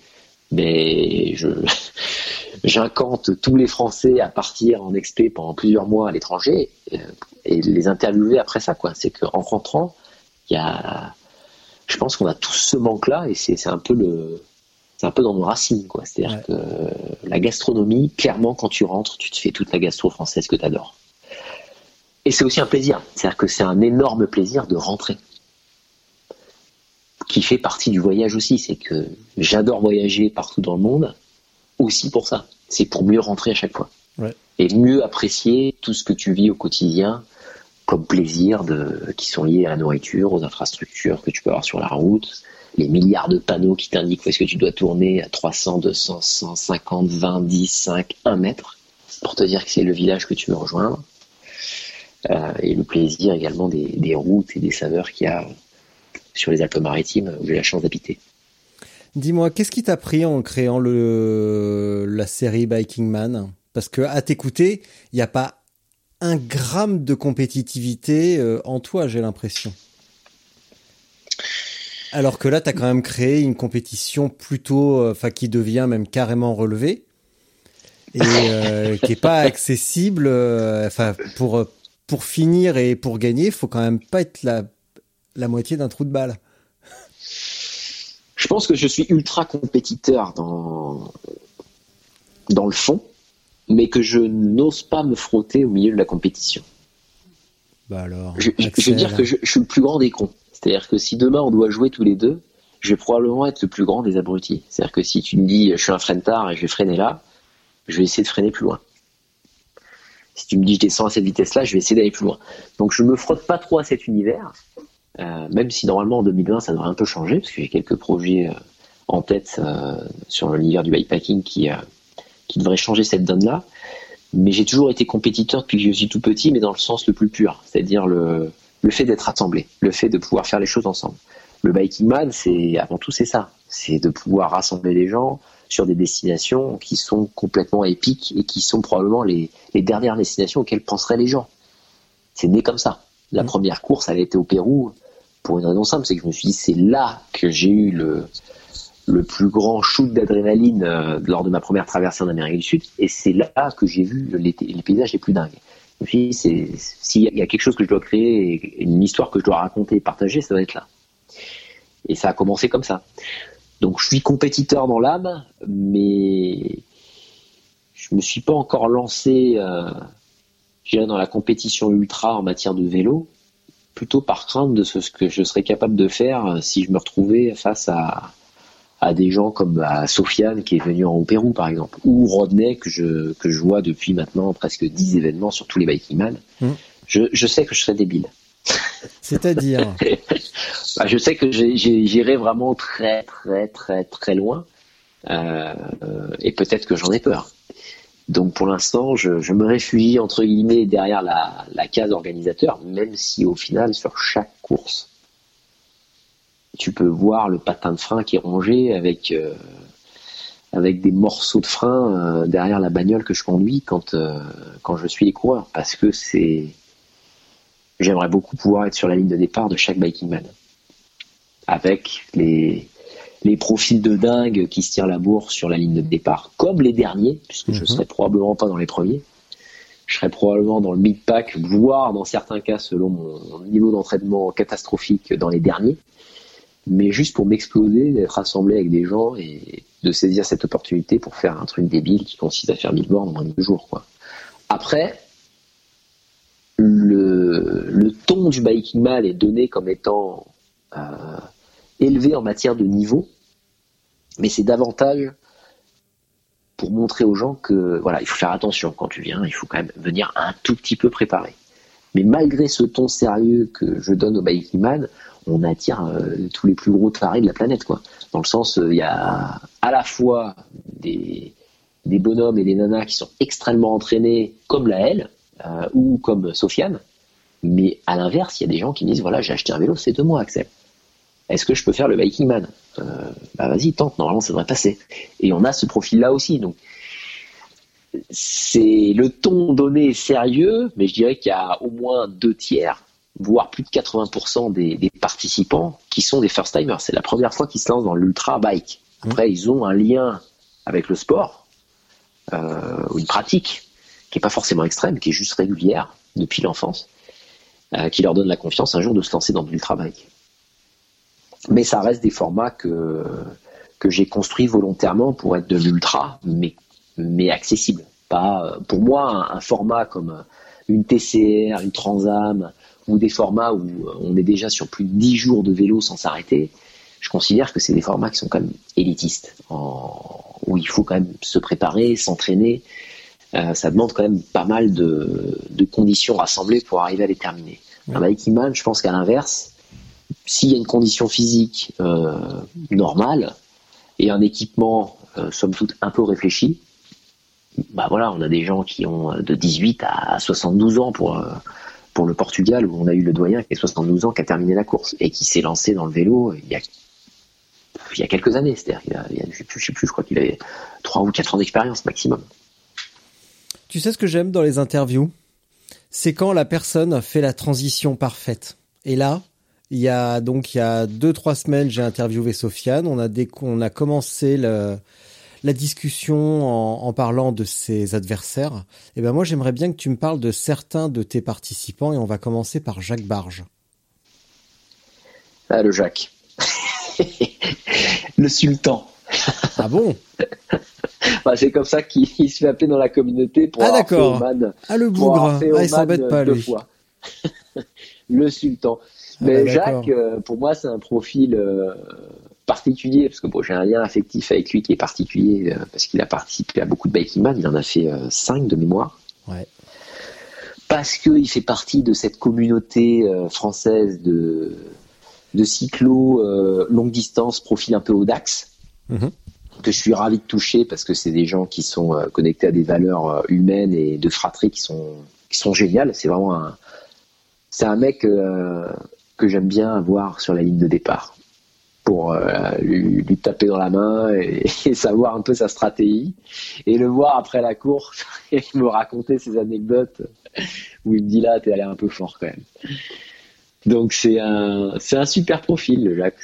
Speaker 6: j'incante tous les Français à partir en expé pendant plusieurs mois à l'étranger et les interviewer après ça, quoi. C'est qu'en rentrant, je pense qu'on a tous ce manque-là et c'est un peu dans nos racines, quoi. C'est-à-dire que la gastronomie, clairement, quand tu rentres, tu te fais toute la gastro française que tu adores. Et c'est aussi un plaisir. C'est-à-dire que c'est un énorme plaisir de rentrer, qui fait partie du voyage aussi. C'est que j'adore voyager partout dans le monde, aussi pour ça. C'est pour mieux rentrer à chaque fois. Ouais. Et mieux apprécier tout ce que tu vis au quotidien comme plaisir qui sont liés à la nourriture, aux infrastructures que tu peux avoir sur la route, les milliards de panneaux qui t'indiquent où est-ce que tu dois tourner à 300, 200, 150, 20, 10, 5, 1 mètre pour te dire que c'est le village que tu veux rejoindre. Et le plaisir également des routes et des saveurs qu'il y a sur les Alpes-Maritimes où j'ai la chance d'habiter.
Speaker 5: Dis-moi, qu'est-ce qui t'a pris en créant la série Viking Man ? Parce que à t'écouter, il n'y a pas 1 gramme de compétitivité en toi, j'ai l'impression. Alors que là, tu as quand même créé une compétition plutôt, qui devient même carrément relevée et qui est pas accessible. Pour finir et pour gagner, faut quand même pas être la moitié d'un trou de balle.
Speaker 6: Je pense que je suis ultra compétiteur dans le fond, mais que je n'ose pas me frotter au milieu de la compétition.
Speaker 5: Bah alors,
Speaker 6: je veux dire que je suis le plus grand des cons. C'est-à-dire que si demain on doit jouer tous les deux, je vais probablement être le plus grand des abrutis. C'est-à-dire que si tu me dis je suis un freintard et je vais freiner là, je vais essayer de freiner plus loin. Si tu me dis je descends à cette vitesse-là, je vais essayer d'aller plus loin. Donc je me frotte pas trop à cet univers, même si normalement en 2020 ça devrait un peu changer, parce que j'ai quelques projets en tête sur l'univers du bikepacking qui devraient changer cette donne-là. Mais j'ai toujours été compétiteur depuis que je suis tout petit, mais dans le sens le plus pur, c'est-à-dire le fait d'être rassemblé, le fait de pouvoir faire les choses ensemble. Le Biking Man, avant tout c'est ça, c'est de pouvoir rassembler les gens sur des destinations qui sont complètement épiques et qui sont probablement les dernières destinations auxquelles penseraient les gens. C'est né comme ça. La première course, elle a été au Pérou pour une raison simple, c'est que je me suis dit c'est là que j'ai eu le plus grand shoot d'adrénaline lors de ma première traversée en Amérique du Sud, et c'est là que j'ai vu les paysages les plus dingues. Je me suis dit, s'il y a quelque chose que je dois créer, une histoire que je dois raconter et partager, ça doit être là. Et ça a commencé comme ça. Donc je suis compétiteur dans l'âme, mais je me suis pas encore lancé dans la compétition ultra en matière de vélo, plutôt par crainte de ce que je serais capable de faire si je me retrouvais face à des gens comme Sofiane qui est venu au Pérou par exemple, ou Rodney que je vois depuis maintenant presque 10 événements sur tous les Biking Man. Je sais que je serais débile.
Speaker 5: C'est-à-dire
Speaker 6: je sais que j'irai vraiment très très très très loin, et peut-être que j'en ai peur. Donc pour l'instant je me réfugie entre guillemets derrière la case organisateur, même si au final sur chaque course tu peux voir le patin de frein qui est rongé avec des morceaux de frein derrière la bagnole que je conduis quand je suis les coureurs, parce que j'aimerais beaucoup pouvoir être sur la ligne de départ de chaque Biking Man, avec les profils de dingue qui se tirent la bourre sur la ligne de départ, comme les derniers, puisque je serai probablement pas dans les premiers. Je serai probablement dans le mid-pack, voire dans certains cas, selon mon niveau d'entraînement catastrophique, dans les derniers. Mais juste pour m'exploser, d'être rassemblé avec des gens et de saisir cette opportunité pour faire un truc débile qui consiste à faire 1000 bornes en moins de 2 jours, quoi. Après, le ton du Biking Man est donné comme étant élevé en matière de niveau, mais c'est davantage pour montrer aux gens que voilà, il faut faire attention quand tu viens, il faut quand même venir un tout petit peu préparé. Mais malgré ce ton sérieux que je donne au Biking Man, on attire tous les plus gros tarés de la planète, quoi. Dans le sens, il y a à la fois des bonhommes et des nanas qui sont extrêmement entraînés, comme la L, ou comme Sofiane, mais à l'inverse, il y a des gens qui me disent voilà, j'ai acheté un vélo, c'est 2 mois, Axel. Est-ce que je peux faire le Biking Man ? Vas-y, tente, normalement ça devrait passer. Et on a ce profil-là aussi, donc c'est le ton donné sérieux, mais je dirais qu'il y a au moins 2/3, voire plus de 80% des participants qui sont des first-timers. C'est la première fois qu'ils se lancent dans l'ultra-bike. Après, ils ont un lien avec le sport, ou une pratique qui n'est pas forcément extrême, qui est juste régulière depuis l'enfance, qui leur donne la confiance un jour de se lancer dans l'ultra-bike. Mais ça reste des formats que j'ai construits volontairement pour être de l'ultra, mais accessible. Pas, pour moi, un format comme une TCR, une Transam, ou des formats où on est déjà sur plus de 10 jours de vélo sans s'arrêter, je considère que c'est des formats qui sont quand même élitistes, où il faut quand même se préparer, s'entraîner. Ça demande quand même pas mal de conditions rassemblées pour arriver à les terminer. Un Biking Man, je pense qu'à l'inverse, s'il y a une condition physique normale et un équipement somme toute un peu réfléchi, voilà, on a des gens qui ont de 18 à 72 ans pour le Portugal, où on a eu le doyen qui a 72 ans, qui a terminé la course et qui s'est lancé dans le vélo il y a quelques années. C'est-à-dire je crois qu'il avait 3 ou 4 ans d'expérience maximum.
Speaker 5: Tu sais ce que j'aime dans les interviews ? C'est quand la personne fait la transition parfaite. Et là, Il y a 2-3 semaines, j'ai interviewé Sofiane. On a commencé la discussion en parlant de ses adversaires. Et ben moi, j'aimerais bien que tu me parles de certains de tes participants et on va commencer par Jacques Barge.
Speaker 6: Ah, le Jacques. Le sultan.
Speaker 5: Ah bon?
Speaker 6: C'est comme ça qu'il se fait appeler dans la communauté pour avoir fait Oman.
Speaker 5: Ah, le bougre. Il s'embête pas, lui.
Speaker 6: Fois. Le sultan. Mais Jacques, pour moi, c'est un profil particulier, parce que j'ai un lien affectif avec lui qui est particulier, parce qu'il a participé à beaucoup de Biking Man. Il en a fait 5 de mémoire.
Speaker 5: Ouais.
Speaker 6: Parce qu'il fait partie de cette communauté française de cyclo longue distance, profil un peu audax, que je suis ravi de toucher, parce que c'est des gens qui sont connectés à des valeurs humaines et de fratrie qui sont géniales. C'est vraiment c'est un mec que j'aime bien avoir sur la ligne de départ pour lui taper dans la main et savoir un peu sa stratégie, et le voir après la course et me raconter ses anecdotes où il me dit là t'es allé un peu fort quand même. Donc c'est un super profil, le Jacques.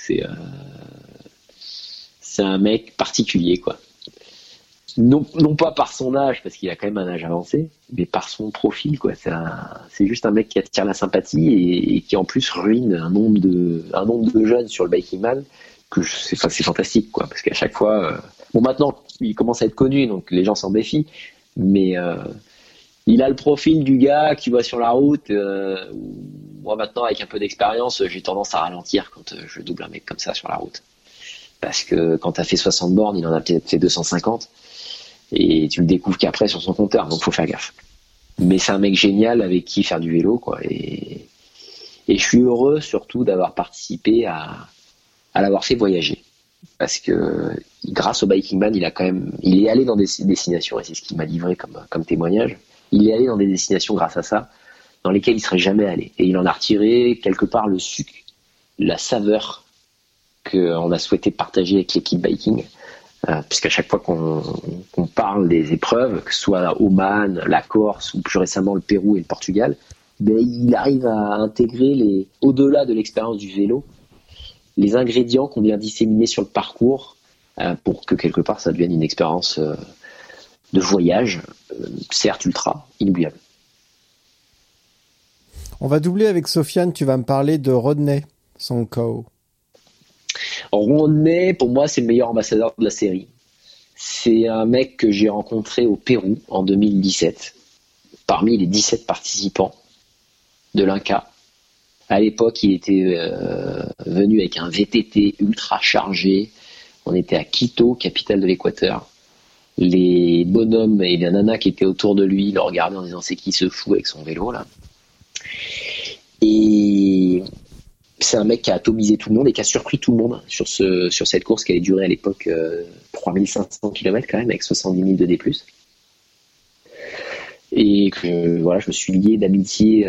Speaker 6: C'est un mec particulier, quoi. Non pas par son âge, parce qu'il a quand même un âge avancé, mais par son profil, quoi. C'est juste un mec qui attire la sympathie et qui en plus ruine un nombre de jeunes sur le Biking Man, que c'est fantastique, quoi. Parce qu'à chaque fois, maintenant il commence à être connu, donc les gens s'en défient, mais il a le profil du gars qui va sur la route. Moi maintenant, avec un peu d'expérience, j'ai tendance à ralentir quand je double un mec comme ça sur la route, parce que quand t'as fait 60 bornes, il en a peut-être fait 250. Et tu le découvres qu'après sur son compteur, donc faut faire gaffe. Mais c'est un mec génial avec qui faire du vélo, quoi. Et je suis heureux surtout d'avoir participé à l'avoir fait voyager, parce que grâce au Biking Man, il est allé dans des destinations, et c'est ce qu'il m'a livré comme témoignage. Il est allé dans des destinations grâce à ça, dans lesquelles il serait jamais allé, et il en a retiré quelque part le sucre, la saveur qu'on a souhaité partager avec l'équipe Biking. Puisqu'à chaque fois qu'on parle des épreuves, que ce soit Oman, la Corse ou plus récemment le Pérou et le Portugal, il arrive à intégrer au-delà de l'expérience du vélo, les ingrédients qu'on vient disséminer sur le parcours pour que quelque part ça devienne une expérience de voyage, certes ultra, inoubliable.
Speaker 5: On va doubler avec Sofiane, tu vas me parler de Rodney Sonko.
Speaker 6: Rodney, pour moi, c'est le meilleur ambassadeur de la série. C'est un mec que j'ai rencontré au Pérou en 2017, parmi les 17 participants de l'Inca. À l'époque, il était venu avec un VTT ultra chargé. On était à Quito, capitale de l'Équateur. Les bonhommes et les nanas qui étaient autour de lui le regardaient en disant c'est qui ce fou avec son vélo là. Et c'est un mec qui a atomisé tout le monde et qui a surpris tout le monde sur cette course qui allait durer à l'époque 3500 km quand même, avec 70 000 de D+. Et que je me suis lié d'amitié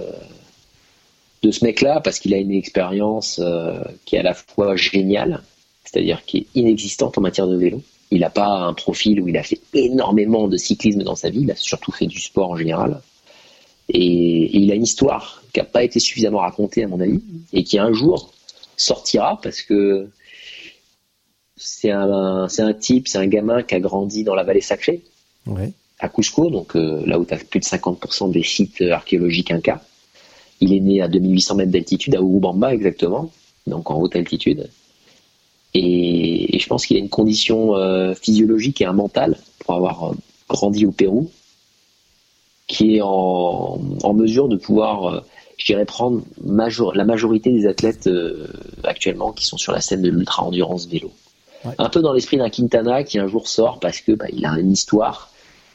Speaker 6: de ce mec-là, parce qu'il a une expérience qui est à la fois géniale, c'est-à-dire qui est inexistante en matière de vélo. Il n'a pas un profil où il a fait énormément de cyclisme dans sa vie, il a surtout fait du sport en général. Et il a une histoire qui n'a pas été suffisamment racontée à mon avis, et qui un jour sortira, parce que c'est un gamin qui a grandi dans la vallée sacrée,
Speaker 5: ouais,
Speaker 6: à Cusco, donc là où tu as plus de 50% des sites archéologiques incas. Il est né à 2800 mètres d'altitude, à Urubamba exactement, donc en haute altitude. Et je pense qu'il a une condition physiologique et un mental pour avoir grandi au Pérou, qui est en mesure de pouvoir, prendre la majorité des athlètes actuellement qui sont sur la scène de l'ultra-endurance vélo. Ouais. Un peu dans l'esprit d'un Quintana qui un jour sort parce que il a une histoire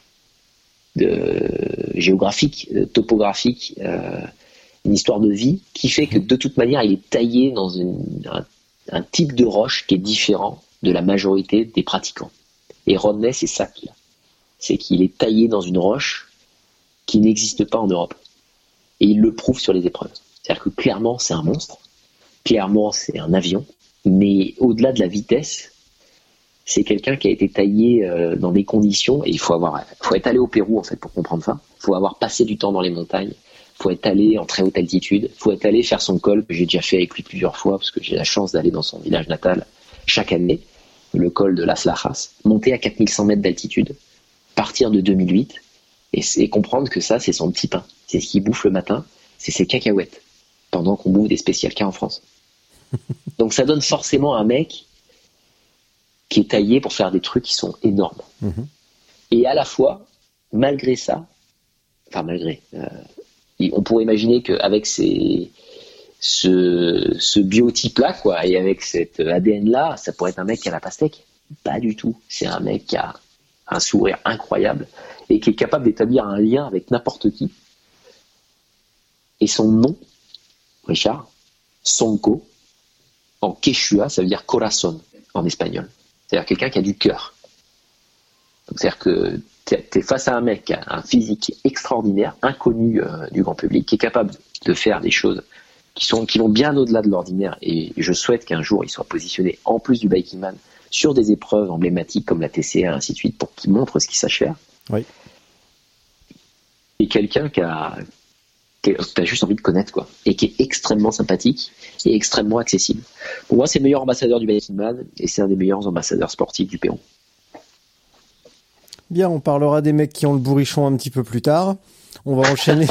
Speaker 6: géographique, topographique, une histoire de vie qui fait que de toute manière il est taillé dans un type de roche qui est différent de la majorité des pratiquants. Et Rodney, c'est ça qu'il a. C'est qu'il est taillé dans une roche qui n'existe pas en Europe. Et il le prouve sur les épreuves. C'est-à-dire que clairement, c'est un monstre. Clairement, c'est un avion. Mais au-delà de la vitesse, c'est quelqu'un qui a été taillé dans des conditions, et il faut être allé au Pérou, en fait, pour comprendre ça. Il faut avoir passé du temps dans les montagnes. Il faut être allé en très haute altitude, faut être allé faire son col, que j'ai déjà fait avec lui plusieurs fois, parce que j'ai la chance d'aller dans son village natal chaque année, le col de Las Lajas, monter à 4100 mètres d'altitude, partir de 2008, et comprendre que ça, c'est son petit pain. C'est ce qu'il bouffe le matin, c'est ses cacahuètes, pendant qu'on bouffe des spécial K en France. Donc ça donne forcément un mec qui est taillé pour faire des trucs qui sont énormes. Et à la fois, malgré ça, on pourrait imaginer qu'avec ce biotype-là, quoi, et avec cet ADN-là, ça pourrait être un mec qui a la pastèque. Pas du tout. C'est un mec qui a un sourire incroyable et qui est capable d'établir un lien avec n'importe qui. Et son nom, Richard, Sonko, en quechua, ça veut dire corazón en espagnol. C'est-à-dire quelqu'un qui a du cœur. Donc, c'est-à-dire que t'es face à un mec qui a un physique extraordinaire, inconnu du grand public, qui est capable de faire des choses qui vont bien au-delà de l'ordinaire. Et je souhaite qu'un jour il soit positionné, en plus du Biking Man, sur des épreuves emblématiques comme la TCA, ainsi de suite, pour qu'il montre ce qu'il sache faire.
Speaker 5: Oui.
Speaker 6: Et quelqu'un que t'as juste envie de connaître, quoi, et qui est extrêmement sympathique et extrêmement accessible. Pour moi, c'est le meilleur ambassadeur du Biking Man et c'est un des meilleurs ambassadeurs sportifs du Pérou.
Speaker 5: Bien, on parlera des mecs qui ont le bourrichon un petit peu plus tard. On va enchaîner.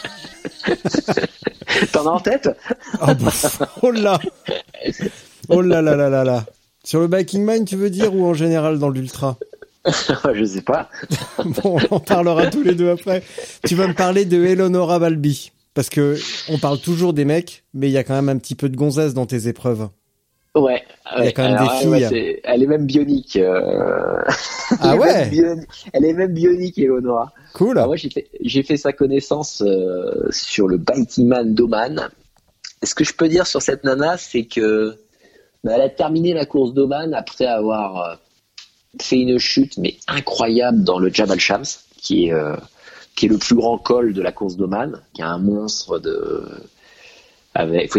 Speaker 6: T'en as en tête?
Speaker 5: Oh là! Oh là là là là là! Sur le Biking Man, tu veux dire, ou en général dans l'ultra?
Speaker 6: Je sais pas.
Speaker 5: Bon, on en parlera tous les deux après. Tu vas me parler de Eleonora Balbi. Parce que on parle toujours des mecs, mais il y a quand même un petit peu de gonzesse dans tes épreuves.
Speaker 6: Ouais.
Speaker 5: Il y a quand même des filles.
Speaker 6: Ouais, elle est même bionique.
Speaker 5: Ah ouais?
Speaker 6: Elle est même bionique, Eleonora.
Speaker 5: Cool.
Speaker 6: Alors moi, j'ai fait sa connaissance sur le Biking Man d'Oman. Ce que je peux dire sur cette nana, c'est que elle a terminé la course d'Oman après avoir fait une chute mais incroyable dans le Jabal Shams, qui est le plus grand col de la course d'Oman, qui a un monstre faut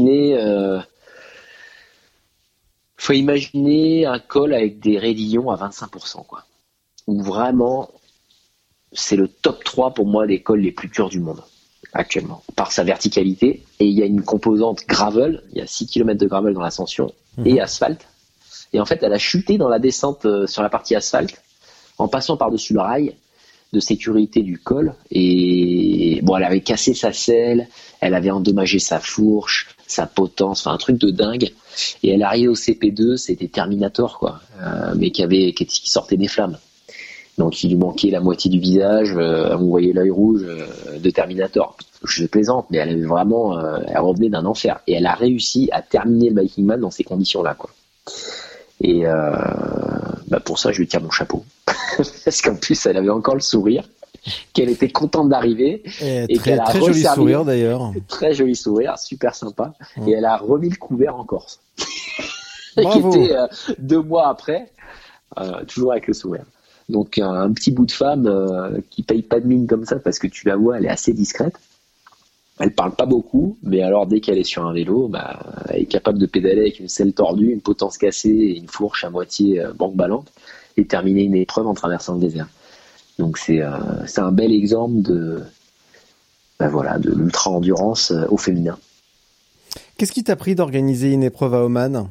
Speaker 6: imaginer un col avec des raidillons à 25%, quoi. Où vraiment, c'est le top 3 pour moi des cols les plus durs du monde, actuellement, par sa verticalité. Et il y a une composante gravel, il y a 6 km de gravel dans l'ascension, et asphalte. Et en fait, elle a chuté dans la descente sur la partie asphalte, en passant par-dessus le rail de sécurité du col. Et bon, elle avait cassé sa selle, elle avait endommagé sa fourche, sa potence, enfin un truc de dingue. Et elle arrivait au CP2, c'était Terminator, quoi, mais qui sortait des flammes. Donc il lui manquait la moitié du visage, on voyait l'œil rouge de Terminator. Je plaisante, mais elle avait vraiment, elle revenait d'un enfer. Et elle a réussi à terminer le Biking Man dans ces conditions-là, quoi. Et pour ça, je lui tire mon chapeau. Parce qu'en plus, elle avait encore le sourire, qu'elle était contente d'arriver. Et
Speaker 5: très joli sourire, d'ailleurs.
Speaker 6: Très joli sourire, super sympa. Et elle a remis le couvert en Corse.
Speaker 5: Bravo.
Speaker 6: Qui était 2 mois après, toujours avec le sourire. Donc un petit bout de femme qui paye pas de mine comme ça, parce que tu la vois, elle est assez discrète. Elle parle pas beaucoup, mais alors dès qu'elle est sur un vélo, elle est capable de pédaler avec une selle tordue, une potence cassée et une fourche à moitié banque-ballante et terminer une épreuve en traversant le désert. Donc c'est un bel exemple de l'ultra-endurance au féminin.
Speaker 5: Qu'est-ce qui t'a pris d'organiser une épreuve à Oman?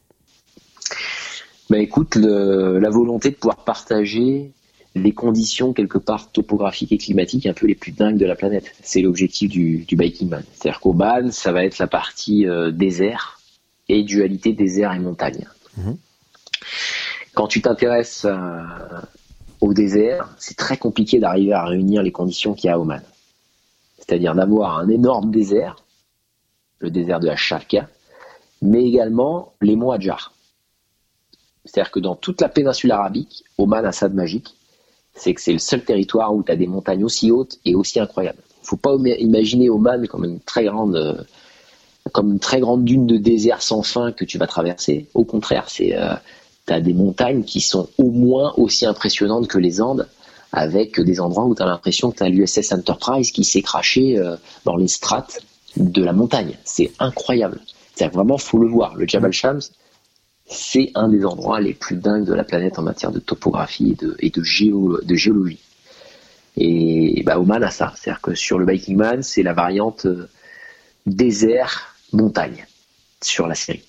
Speaker 6: Écoute, la volonté de pouvoir partager les conditions quelque part topographiques et climatiques un peu les plus dingues de la planète. C'est l'objectif du Biking Man. C'est-à-dire qu'Oman, ça va être la partie désert et dualité désert et montagne. Quand tu t'intéresses au désert, c'est très compliqué d'arriver à réunir les conditions qu'il y a à Oman. C'est-à-dire d'avoir un énorme désert, le désert de la Sharqa, mais également les monts Hadjar. C'est-à-dire que dans toute la péninsule arabique, Oman a ça de magique, c'est que c'est le seul territoire où tu as des montagnes aussi hautes et aussi incroyables. Il ne faut pas imaginer Oman comme une très grande dune de désert sans fin que tu vas traverser. Au contraire, tu as des montagnes qui sont au moins aussi impressionnantes que les Andes, avec des endroits où tu as l'impression que tu as l'USS Enterprise qui s'est craché dans les strates de la montagne. C'est incroyable. C'est-à-dire vraiment, faut le voir. Le Jabal Shams, c'est un des endroits les plus dingues de la planète en matière de topographie et de géologie. Et Oman a ça, c'est-à-dire que sur le Viking Man, c'est la variante désert montagne sur la série.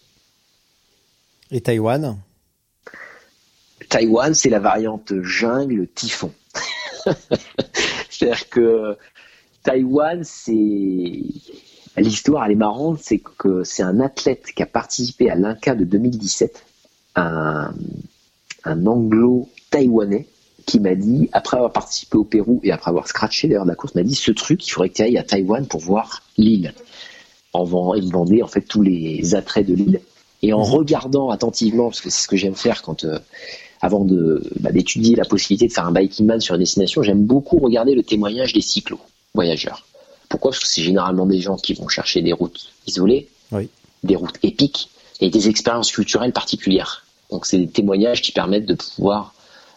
Speaker 5: Et Taïwan,
Speaker 6: c'est la variante jungle typhon. C'est-à-dire que Taïwan, l'histoire elle est marrante, c'est que c'est un athlète qui a participé à l'Inca de 2017, un anglo-taïwanais qui m'a dit, après avoir participé au Pérou et après avoir scratché d'ailleurs de la course, m'a dit ce truc, il faudrait que tu ailles à Taïwan pour voir l'île. Il me vendait en fait tous les attraits de l'île. Et en regardant attentivement, parce que c'est ce que j'aime faire avant d'étudier la possibilité de faire un biking man sur une destination, j'aime beaucoup regarder le témoignage des cyclo-voyageurs. Pourquoi ? Parce que c'est généralement des gens qui vont chercher des routes isolées, des routes épiques et des expériences culturelles particulières. Donc c'est des témoignages qui permettent de pouvoir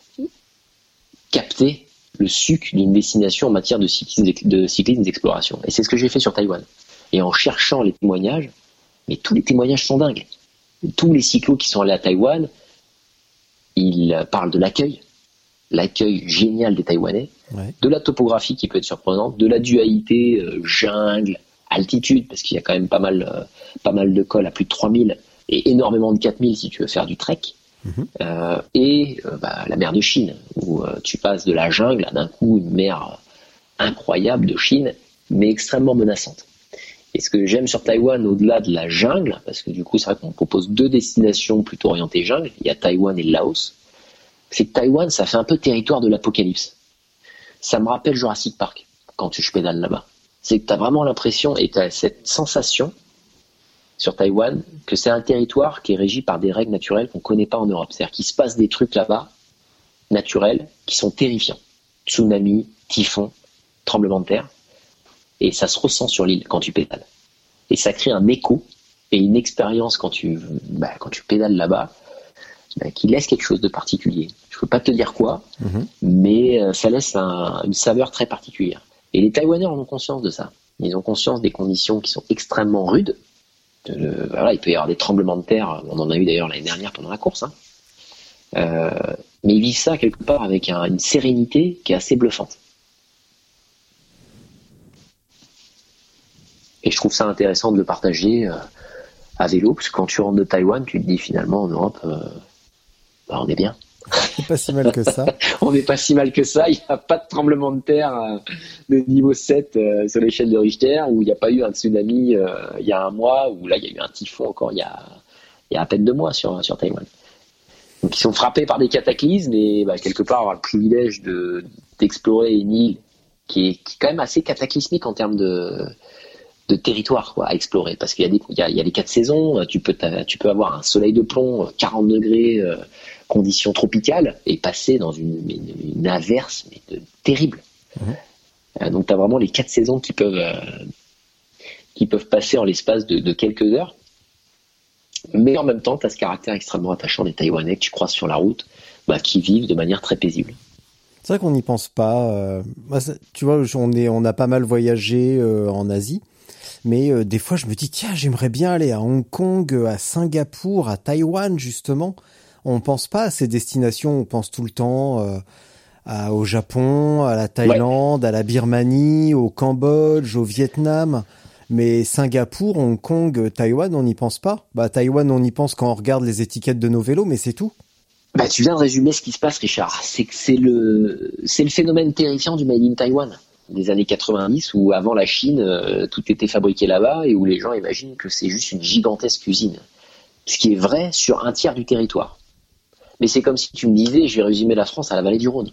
Speaker 6: capter le suc d'une destination en matière de cyclisme d'exploration. Et c'est ce que j'ai fait sur Taïwan. Et en cherchant les témoignages, mais tous les témoignages sont dingues. Tous les cyclos qui sont allés à Taïwan, ils parlent de l'accueil génial des Taïwanais, de la topographie qui peut être surprenante, de la dualité jungle, altitude, parce qu'il y a quand même pas mal de cols à plus de 3000 et énormément de 4000 si tu veux faire du trek, et la mer de Chine, où tu passes de la jungle à d'un coup une mer incroyable de Chine, mais extrêmement menaçante. Et ce que j'aime sur Taïwan, au-delà de la jungle, parce que du coup, c'est vrai qu'on propose 2 destinations plutôt orientées jungle, il y a Taïwan et le Laos, c'est que Taïwan, ça fait un peu territoire de l'apocalypse. Ça me rappelle Jurassic Park, quand je pédale là-bas. C'est que tu as vraiment l'impression, et tu as cette sensation sur Taïwan, que c'est un territoire qui est régi par des règles naturelles qu'on ne connaît pas en Europe. C'est-à-dire qu'il se passe des trucs là-bas, naturels, qui sont terrifiants. Tsunami, typhon, tremblement de terre. Et ça se ressent sur l'île quand tu pédales. Et ça crée un écho et une expérience quand tu pédales là-bas, qui laisse quelque chose de particulier. Je ne peux pas te dire quoi, mais ça laisse une saveur très particulière. Et les Taïwanais en ont conscience de ça. Ils ont conscience des conditions qui sont extrêmement rudes. Il peut y avoir des tremblements de terre, on en a eu d'ailleurs l'année dernière pendant la course. Mais ils vivent ça quelque part avec une sérénité qui est assez bluffante. Et je trouve ça intéressant de le partager à vélo, parce que quand tu rentres de Taïwan, tu te dis finalement en Europe, on est bien.
Speaker 5: C'est pas si mal que ça.
Speaker 6: On n'est pas si mal que ça. Il n'y a pas de tremblement de terre de niveau 7 sur l'échelle de Richter, où il n'y a pas eu un tsunami il y a un mois, où là il y a eu un typhon encore il y a à peine 2 mois sur Taïwan. Donc ils sont frappés par des cataclysmes, et quelque part avoir le privilège d'explorer une île qui est quand même assez cataclysmique en termes de territoire à explorer, parce qu'il y a les 4 saisons. Tu peux avoir un soleil de plomb, 40 degrés, conditions tropicales, et passer dans une averse terrible. Donc tu as vraiment les 4 saisons qui peuvent passer en l'espace de quelques heures, mais en même temps tu as ce caractère extrêmement attachant des Taïwanais que tu croises sur la route, qui vivent de manière très paisible.
Speaker 5: C'est vrai qu'on n'y pense pas. Tu vois, on a pas mal voyagé en Asie. Mais des fois, je me dis, tiens, j'aimerais bien aller à Hong Kong, à Singapour, à Taïwan, justement. On pense pas à ces destinations, on pense tout le temps au Japon, à la Thaïlande, à la Birmanie, au Cambodge, au Vietnam. Mais Singapour, Hong Kong, Taïwan, on n'y pense pas. Taïwan, on y pense quand on regarde les étiquettes de nos vélos, mais c'est tout.
Speaker 6: Tu viens de résumer ce qui se passe, Richard. C'est le phénomène terrifiant du Made in Taïwan des années 90, où avant la Chine, tout était fabriqué là-bas, et où les gens imaginent que c'est juste une gigantesque usine. Ce qui est vrai sur un tiers du territoire. Mais c'est comme si tu me disais, je vais résumer la France à la vallée du Rhône.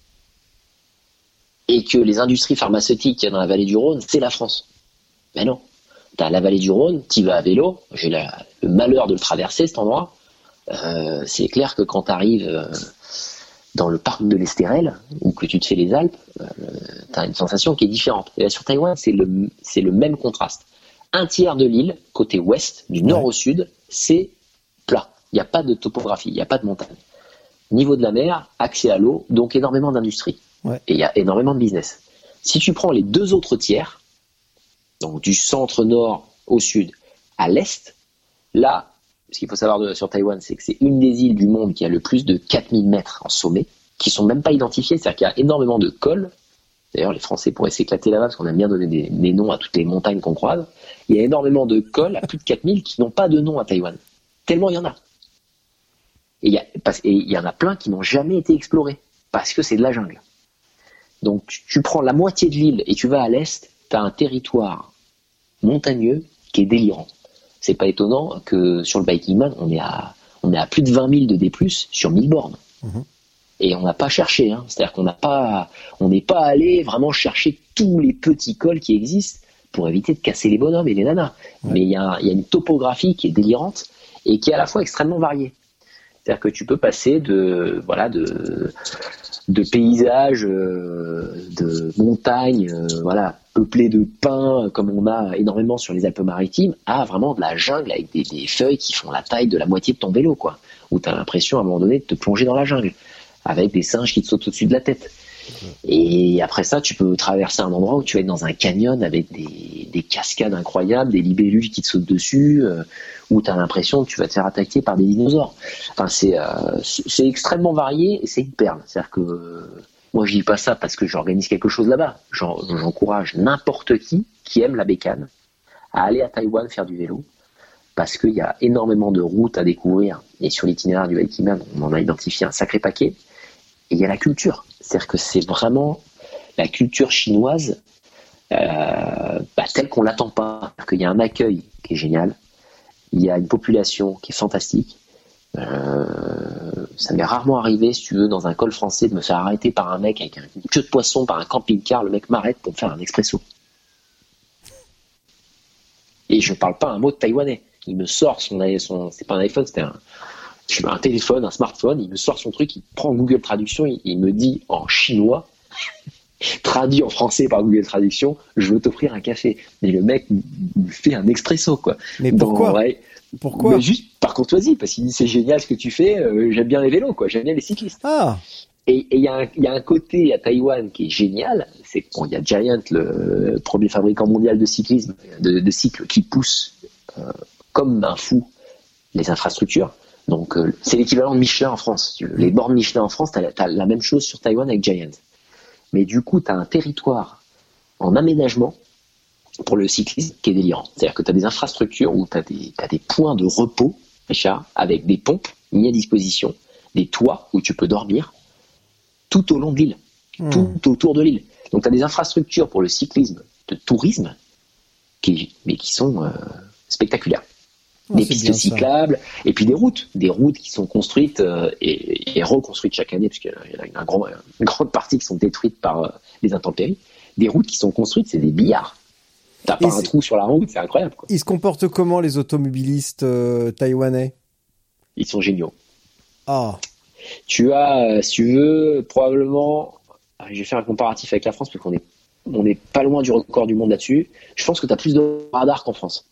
Speaker 6: Et que les industries pharmaceutiques qu'il y a dans la vallée du Rhône, c'est la France. Mais non. T'as la vallée du Rhône, t'y vas à vélo, j'ai le malheur de le traverser, cet endroit. C'est clair que quand t'arrives dans le parc de l'Estérel, ou que tu te fais les Alpes, t'as une sensation qui est différente. Et là, sur Taïwan, c'est le même contraste. Un tiers de l'île, côté ouest, du nord au sud, c'est plat. Il n'y a pas de topographie, il n'y a pas de montagne. Niveau de la mer, accès à l'eau, donc énormément d'industrie. Et il y a énormément de business. Si tu prends les 2 autres tiers, donc du centre-nord au sud à l'est, là, ce qu'il faut savoir sur Taïwan, c'est que c'est une des îles du monde qui a le plus de 4000 mètres en sommet, qui sont même pas identifiés. C'est-à-dire qu'il y a énormément de cols. D'ailleurs, les Français pourraient s'éclater là-bas parce qu'on aime bien donner des noms à toutes les montagnes qu'on croise. Il y a énormément de cols, à plus de 4000, qui n'ont pas de nom à Taïwan. Tellement il y en a. Et il y en a plein qui n'ont jamais été explorés parce que c'est de la jungle. Donc tu prends la moitié de l'île et tu vas à l'est, tu as un territoire montagneux qui est délirant. C'est pas étonnant que sur le Viking Man, on est à plus de 20 000 de D+, sur 1000 bornes. Et on n'a pas cherché, hein. C'est-à-dire qu'on n'est pas allé vraiment chercher tous les petits cols qui existent pour éviter de casser les bonhommes et les nanas. Ouais. Mais il y a une topographie qui est délirante et qui est à la fois extrêmement variée. C'est-à-dire que tu peux passer de paysages, de montagnes, peuplées de pins, comme on a énormément sur les Alpes-Maritimes, à vraiment de la jungle avec des feuilles qui font la taille de la moitié de ton vélo, quoi. Où tu as l'impression à un moment donné de te plonger dans la jungle, avec des singes qui te sautent au-dessus de la tête. Et après ça, tu peux traverser un endroit où tu vas être dans un canyon avec des cascades incroyables, des libellules qui te sautent dessus, où tu as l'impression que tu vas te faire attaquer par des dinosaures. Enfin, c'est extrêmement varié et c'est une perle. C'est-à-dire que moi, je dis pas ça parce que j'organise quelque chose là-bas. J'encourage n'importe qui aime la bécane à aller à Taïwan faire du vélo parce qu'il y a énormément de routes à découvrir. Et sur l'itinéraire du Viking Man, on en a identifié un sacré paquet. Et il y a la culture. C'est-à-dire que c'est vraiment la culture chinoise telle qu'on l'attend pas. C'est-à-dire qu'il y a un accueil qui est génial. Il y a une population qui est fantastique. Ça m'est rarement arrivé, si tu veux, dans un col français, de me faire arrêter par un mec avec une queue de poisson par un camping-car. Le mec m'arrête pour me faire un expresso. Et je parle pas un mot de taïwanais. Il me sort c'est pas un iPhone, c'était un téléphone, un smartphone. Il me sort son truc, il prend Google Traduction, il me dit en chinois, traduit en français par Google Traduction, je veux t'offrir un café. Mais le mec me fait un expresso, quoi.
Speaker 5: Mais pourquoi? Pourquoi?
Speaker 6: Juste par courtoisie, parce qu'il dit c'est génial ce que tu fais, j'aime bien les vélos, quoi, j'aime bien les cyclistes.
Speaker 5: Ah.
Speaker 6: Et il y a un côté à Taïwan qui est génial, c'est qu'il y a Giant, le premier fabricant mondial de cyclisme, de cycles, qui pousse comme un fou les infrastructures. Donc c'est l'équivalent de Michelin en France. Les bornes Michelin en France, t'as la même chose sur Taïwan avec Giant. Mais du coup, t'as un territoire en aménagement pour le cyclisme qui est délirant. C'est-à-dire que t'as des infrastructures où t'as des points de repos, Richard, avec des pompes mis à disposition, des toits où tu peux dormir tout au long de l'île, tout autour de l'île. Donc t'as des infrastructures pour le cyclisme de tourisme qui sont spectaculaires. Des pistes cyclables, et puis des routes qui sont construites et reconstruites chaque année, parce qu'il y a une grande partie qui sont détruites par les intempéries. Des routes qui sont construites, c'est des billards. T'as pas un trou sur la route, c'est incroyable, quoi.
Speaker 5: Ils se comportent comment, les automobilistes taïwanais? Ils
Speaker 6: sont géniaux.
Speaker 5: Ah.
Speaker 6: Tu as, si tu veux, probablement, je vais faire un comparatif avec la France, parce qu'on est pas loin du record du monde là-dessus. Je pense que tu as plus de radars qu'en France.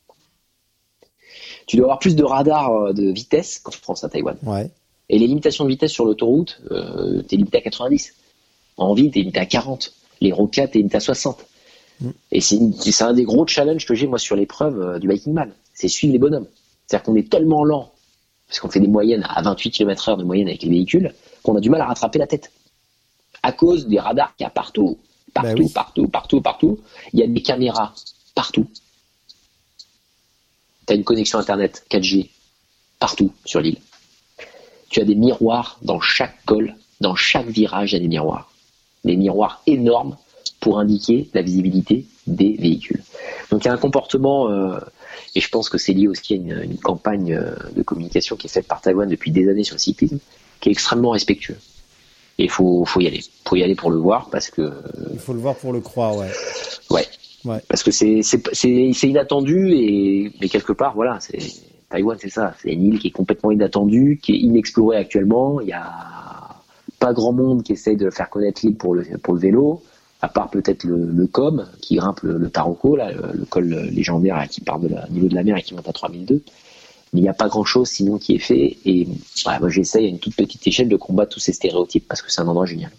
Speaker 6: Tu dois avoir plus de radars de vitesse qu'en France à Taïwan.
Speaker 5: Ouais.
Speaker 6: Et les limitations de vitesse sur l'autoroute, t'es limité à 90. En ville, t'es limité à 40. Les rocades, t'es limité à 60. Et c'est un des gros challenges que j'ai, moi, sur l'épreuve du Viking Man. C'est suivre les bonhommes. C'est-à-dire qu'on est tellement lent, parce qu'on fait des moyennes à 28 km/h de moyenne avec les véhicules, qu'on a du mal à rattraper la tête. À cause des radars qu'il y a partout. Partout. Il y a des caméras partout. Tu as une connexion Internet 4G partout sur l'île. Tu as des miroirs dans chaque col, dans chaque virage, il y a des miroirs. Des miroirs énormes pour indiquer la visibilité des véhicules. Donc il y a un comportement, et je pense que c'est lié aussi à une campagne de communication qui est faite par Taïwan depuis des années sur le cyclisme, qui est extrêmement respectueux. Et il faut y aller. Il faut y aller pour le voir, parce que...
Speaker 5: Il faut le voir pour le croire, ouais.
Speaker 6: Ouais. Parce que c'est inattendu, mais quelque part, voilà, Taïwan, c'est ça. C'est une île qui est complètement inattendue, qui est inexplorée actuellement. Il n'y a pas grand monde qui essaye de faire connaître l'île pour le vélo, à part peut-être le COM, qui grimpe le Taroko, là, le col légendaire là, qui part niveau de la mer et qui monte à 3002. Mais il n'y a pas grand-chose sinon qui est fait. Et voilà, moi, j'essaye à une toute petite échelle de combattre tous ces stéréotypes, parce que c'est un endroit génial.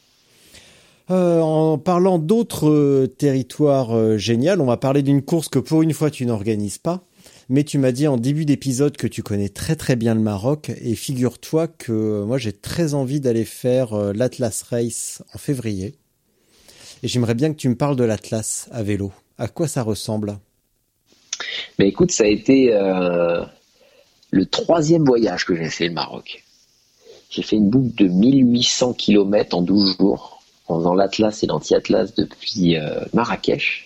Speaker 5: En parlant d'autres territoires géniaux, on va parler d'une course que pour une fois tu n'organises pas. Mais tu m'as dit en début d'épisode que tu connais très très bien le Maroc, et figure-toi que moi j'ai très envie d'aller faire l'Atlas Race en février. Et j'aimerais bien que tu me parles de l'Atlas à vélo. À quoi ça ressemble ?
Speaker 6: Mais écoute, ça a été le 3e voyage que j'ai fait le Maroc. J'ai fait une boucle de 1800 km en 12 jours, en faisant l'Atlas et l'anti-Atlas depuis Marrakech.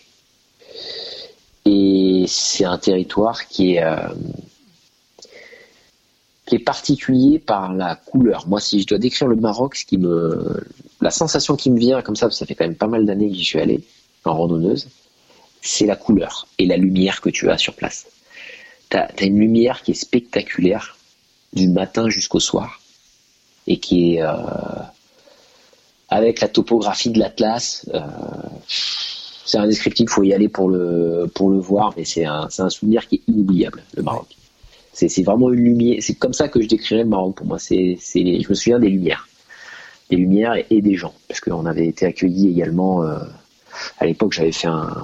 Speaker 6: Et c'est un territoire qui est particulier par la couleur. Moi, si je dois décrire le Maroc, la sensation qui me vient comme ça, parce que ça fait quand même pas mal d'années que j'y suis allé, en randonneuse, c'est la couleur et la lumière que tu as sur place. T'as une lumière qui est spectaculaire du matin jusqu'au soir et qui est avec la topographie de l'Atlas. C'est indescriptible, faut y aller pour le voir, mais c'est un souvenir qui est inoubliable, le Maroc. C'est vraiment une lumière. C'est comme ça que je décrirais le Maroc pour moi. Je me souviens des lumières et des gens, parce qu'on avait été accueillis également. À l'époque, j'avais fait un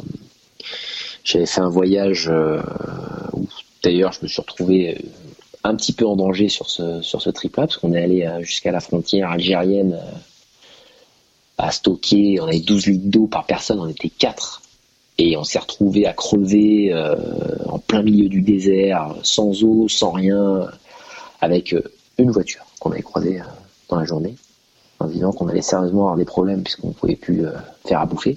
Speaker 6: voyage où d'ailleurs je me suis retrouvé un petit peu en danger sur ce trip-là, parce qu'on est allé jusqu'à la frontière algérienne à stocker. On avait 12 litres d'eau par personne, on était 4. Et on s'est retrouvé à crever en plein milieu du désert, sans eau, sans rien, avec une voiture qu'on avait croisée dans la journée, en disant qu'on allait sérieusement avoir des problèmes puisqu'on ne pouvait plus faire à bouffer.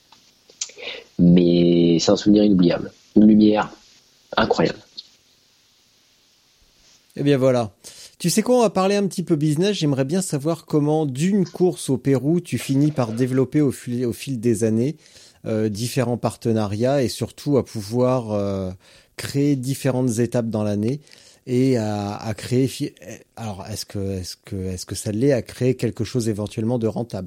Speaker 6: Mais c'est un souvenir inoubliable. Une lumière incroyable.
Speaker 5: Eh bien voilà. Tu sais quoi, on va parler un petit peu business. J'aimerais bien savoir comment, d'une course au Pérou, tu finis par développer au fil des années différents partenariats et surtout à pouvoir créer différentes étapes dans l'année et à créer. Alors, est-ce que ça l'est à créer quelque chose éventuellement de rentable ?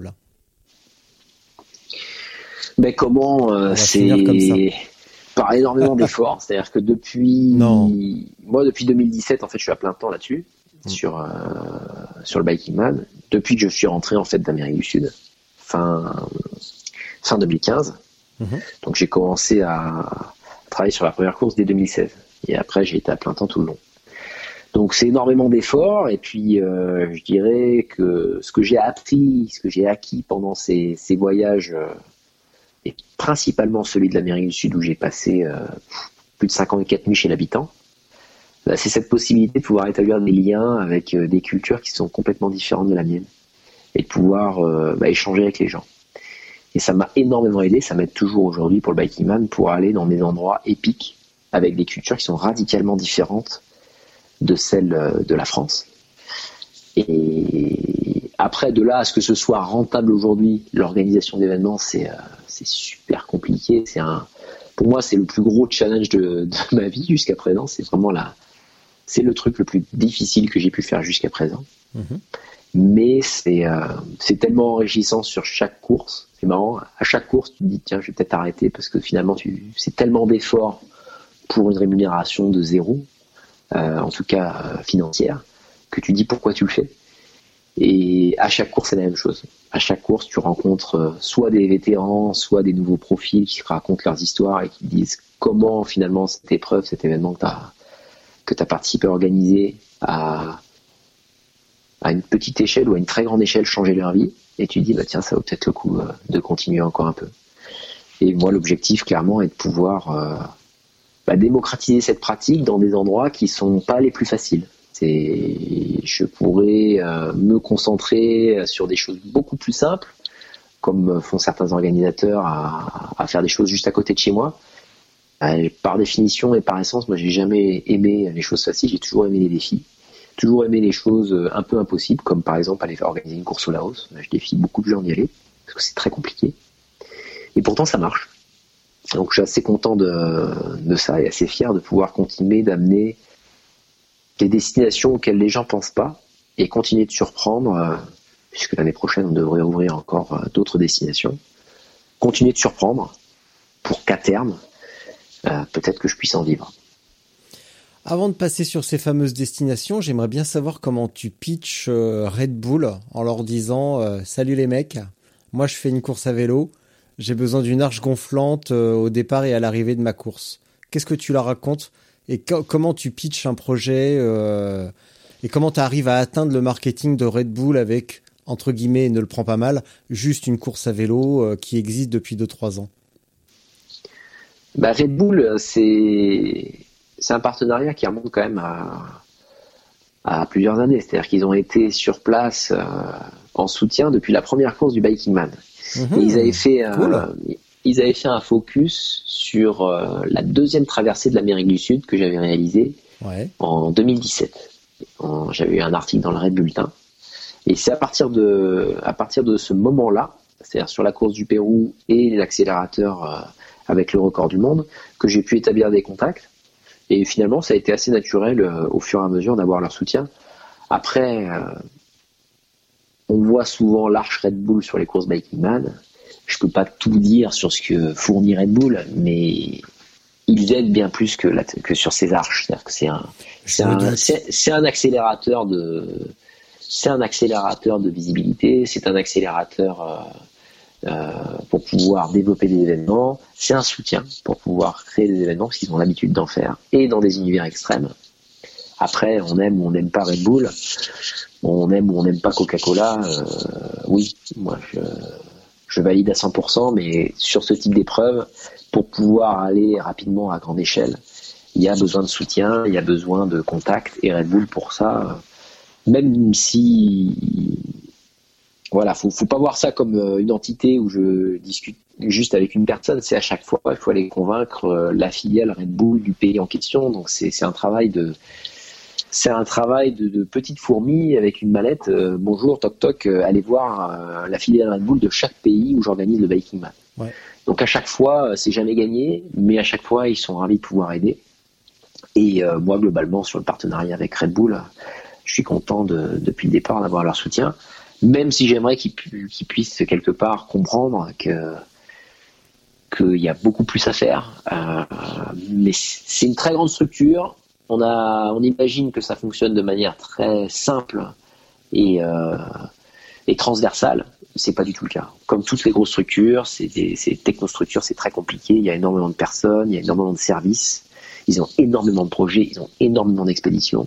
Speaker 6: Mais comment c'est comme ça. Par énormément d'efforts. C'est-à-dire que depuis 2017, en fait, je suis à plein temps là-dessus. Sur le Biking Man, depuis que je suis rentré en fait d'Amérique du Sud fin 2015. Donc j'ai commencé à travailler sur la première course dès 2016 et après j'ai été à plein temps tout le long. Donc c'est énormément d'efforts et puis je dirais que ce que j'ai acquis pendant ces voyages et principalement celui de l'Amérique du Sud où j'ai passé plus de 54 nuits chez l'habitant. C'est cette possibilité de pouvoir établir des liens avec des cultures qui sont complètement différentes de la mienne et de pouvoir échanger avec les gens. Et ça m'a énormément aidé, ça m'aide toujours aujourd'hui pour le Biking Man pour aller dans des endroits épiques avec des cultures qui sont radicalement différentes de celles de la France. Et après, de là à ce que ce soit rentable aujourd'hui, l'organisation d'événements, c'est super compliqué. Pour moi, c'est le plus gros challenge de ma vie jusqu'à présent. C'est le truc le plus difficile que j'ai pu faire jusqu'à présent. Mais c'est tellement enrichissant sur chaque course. C'est marrant, à chaque course, tu te dis, tiens, je vais peut-être arrêter parce que finalement, c'est tellement d'efforts pour une rémunération de zéro, en tout cas financière, que tu dis pourquoi tu le fais. Et à chaque course, c'est la même chose. À chaque course, tu rencontres soit des vétérans, soit des nouveaux profils qui te racontent leurs histoires et qui te disent comment finalement cette épreuve, cet événement que tu as participé à organiser à une petite échelle ou à une très grande échelle changer leur vie. Et tu dis, tiens, ça vaut peut-être le coup de continuer encore un peu. Et moi, l'objectif, clairement, est de pouvoir démocratiser cette pratique dans des endroits qui sont pas les plus faciles. Je pourrais me concentrer sur des choses beaucoup plus simples, comme font certains organisateurs à faire des choses juste à côté de chez moi. Par définition et par essence, moi, j'ai jamais aimé les choses faciles, j'ai toujours aimé les défis. Toujours aimé les choses un peu impossibles, comme par exemple aller organiser une course au Laos. Je défie beaucoup de gens d'y aller, parce que c'est très compliqué. Et pourtant, ça marche. Donc, je suis assez content de ça et assez fier de pouvoir continuer d'amener des destinations auxquelles les gens pensent pas et continuer de surprendre, puisque l'année prochaine, on devrait ouvrir encore d'autres destinations. Continuer de surprendre pour qu'à terme, peut-être que je puisse en vivre.
Speaker 5: Avant de passer sur ces fameuses destinations, j'aimerais bien savoir comment tu pitches Red Bull en leur disant « Salut les mecs, moi je fais une course à vélo, j'ai besoin d'une arche gonflante au départ et à l'arrivée de ma course. » Qu'est-ce que tu leur racontes et comment tu pitches un projet et comment tu arrives à atteindre le marketing de Red Bull avec, entre guillemets, ne le prends pas mal, juste une course à vélo qui existe depuis 2-3 ans.
Speaker 6: Red Bull, c'est un partenariat qui remonte quand même à plusieurs années. C'est-à-dire qu'ils ont été sur place en soutien depuis la première course du Biking Man. Et ils avaient fait un focus sur la deuxième traversée de l'Amérique du Sud que j'avais réalisée en 2017. J'avais eu un article dans le Red Bulletin. Et c'est à partir de ce moment-là, c'est-à-dire sur la course du Pérou et l'accélérateur avec le record du monde, que j'ai pu établir des contacts. Et finalement, ça a été assez naturel au fur et à mesure d'avoir leur soutien. Après, on voit souvent l'arche Red Bull sur les courses Biking Man. Je peux pas tout dire sur ce que fournit Red Bull, mais ils aident bien plus que sur ces arches. C'est-à-dire que c'est un accélérateur de visibilité, c'est un accélérateur pour pouvoir développer des événements, c'est un soutien pour pouvoir créer des événements parce qu'ils ont l'habitude d'en faire et dans des univers extrêmes. Après, on aime ou on n'aime pas Red Bull, on aime ou on n'aime pas Coca-Cola, oui, moi je valide à 100%, mais sur ce type d'épreuve, pour pouvoir aller rapidement à grande échelle, il y a besoin de soutien, il y a besoin de contact, et Red Bull pour ça, même si voilà, faut pas voir ça comme une entité où je discute juste avec une personne, c'est à chaque fois, il faut aller convaincre la filiale Red Bull du pays en question, donc c'est un travail de petites fourmis avec une mallette. Bonjour, toc toc, allez voir la filiale Red Bull de chaque pays où j'organise le Biking Man. Ouais. Donc à chaque fois, c'est jamais gagné, mais à chaque fois, ils sont ravis de pouvoir aider. Et moi, globalement, sur le partenariat avec Red Bull, je suis content depuis le départ d'avoir leur soutien, même si j'aimerais qu'ils puissent quelque part comprendre qu'il y a beaucoup plus à faire. Mais c'est une très grande structure. On imagine que ça fonctionne de manière très simple et transversale. C'est pas du tout le cas. Comme toutes les grosses structures, c'est technostructures, c'est très compliqué. Il y a énormément de personnes, il y a énormément de services. Ils ont énormément de projets, ils ont énormément d'expéditions.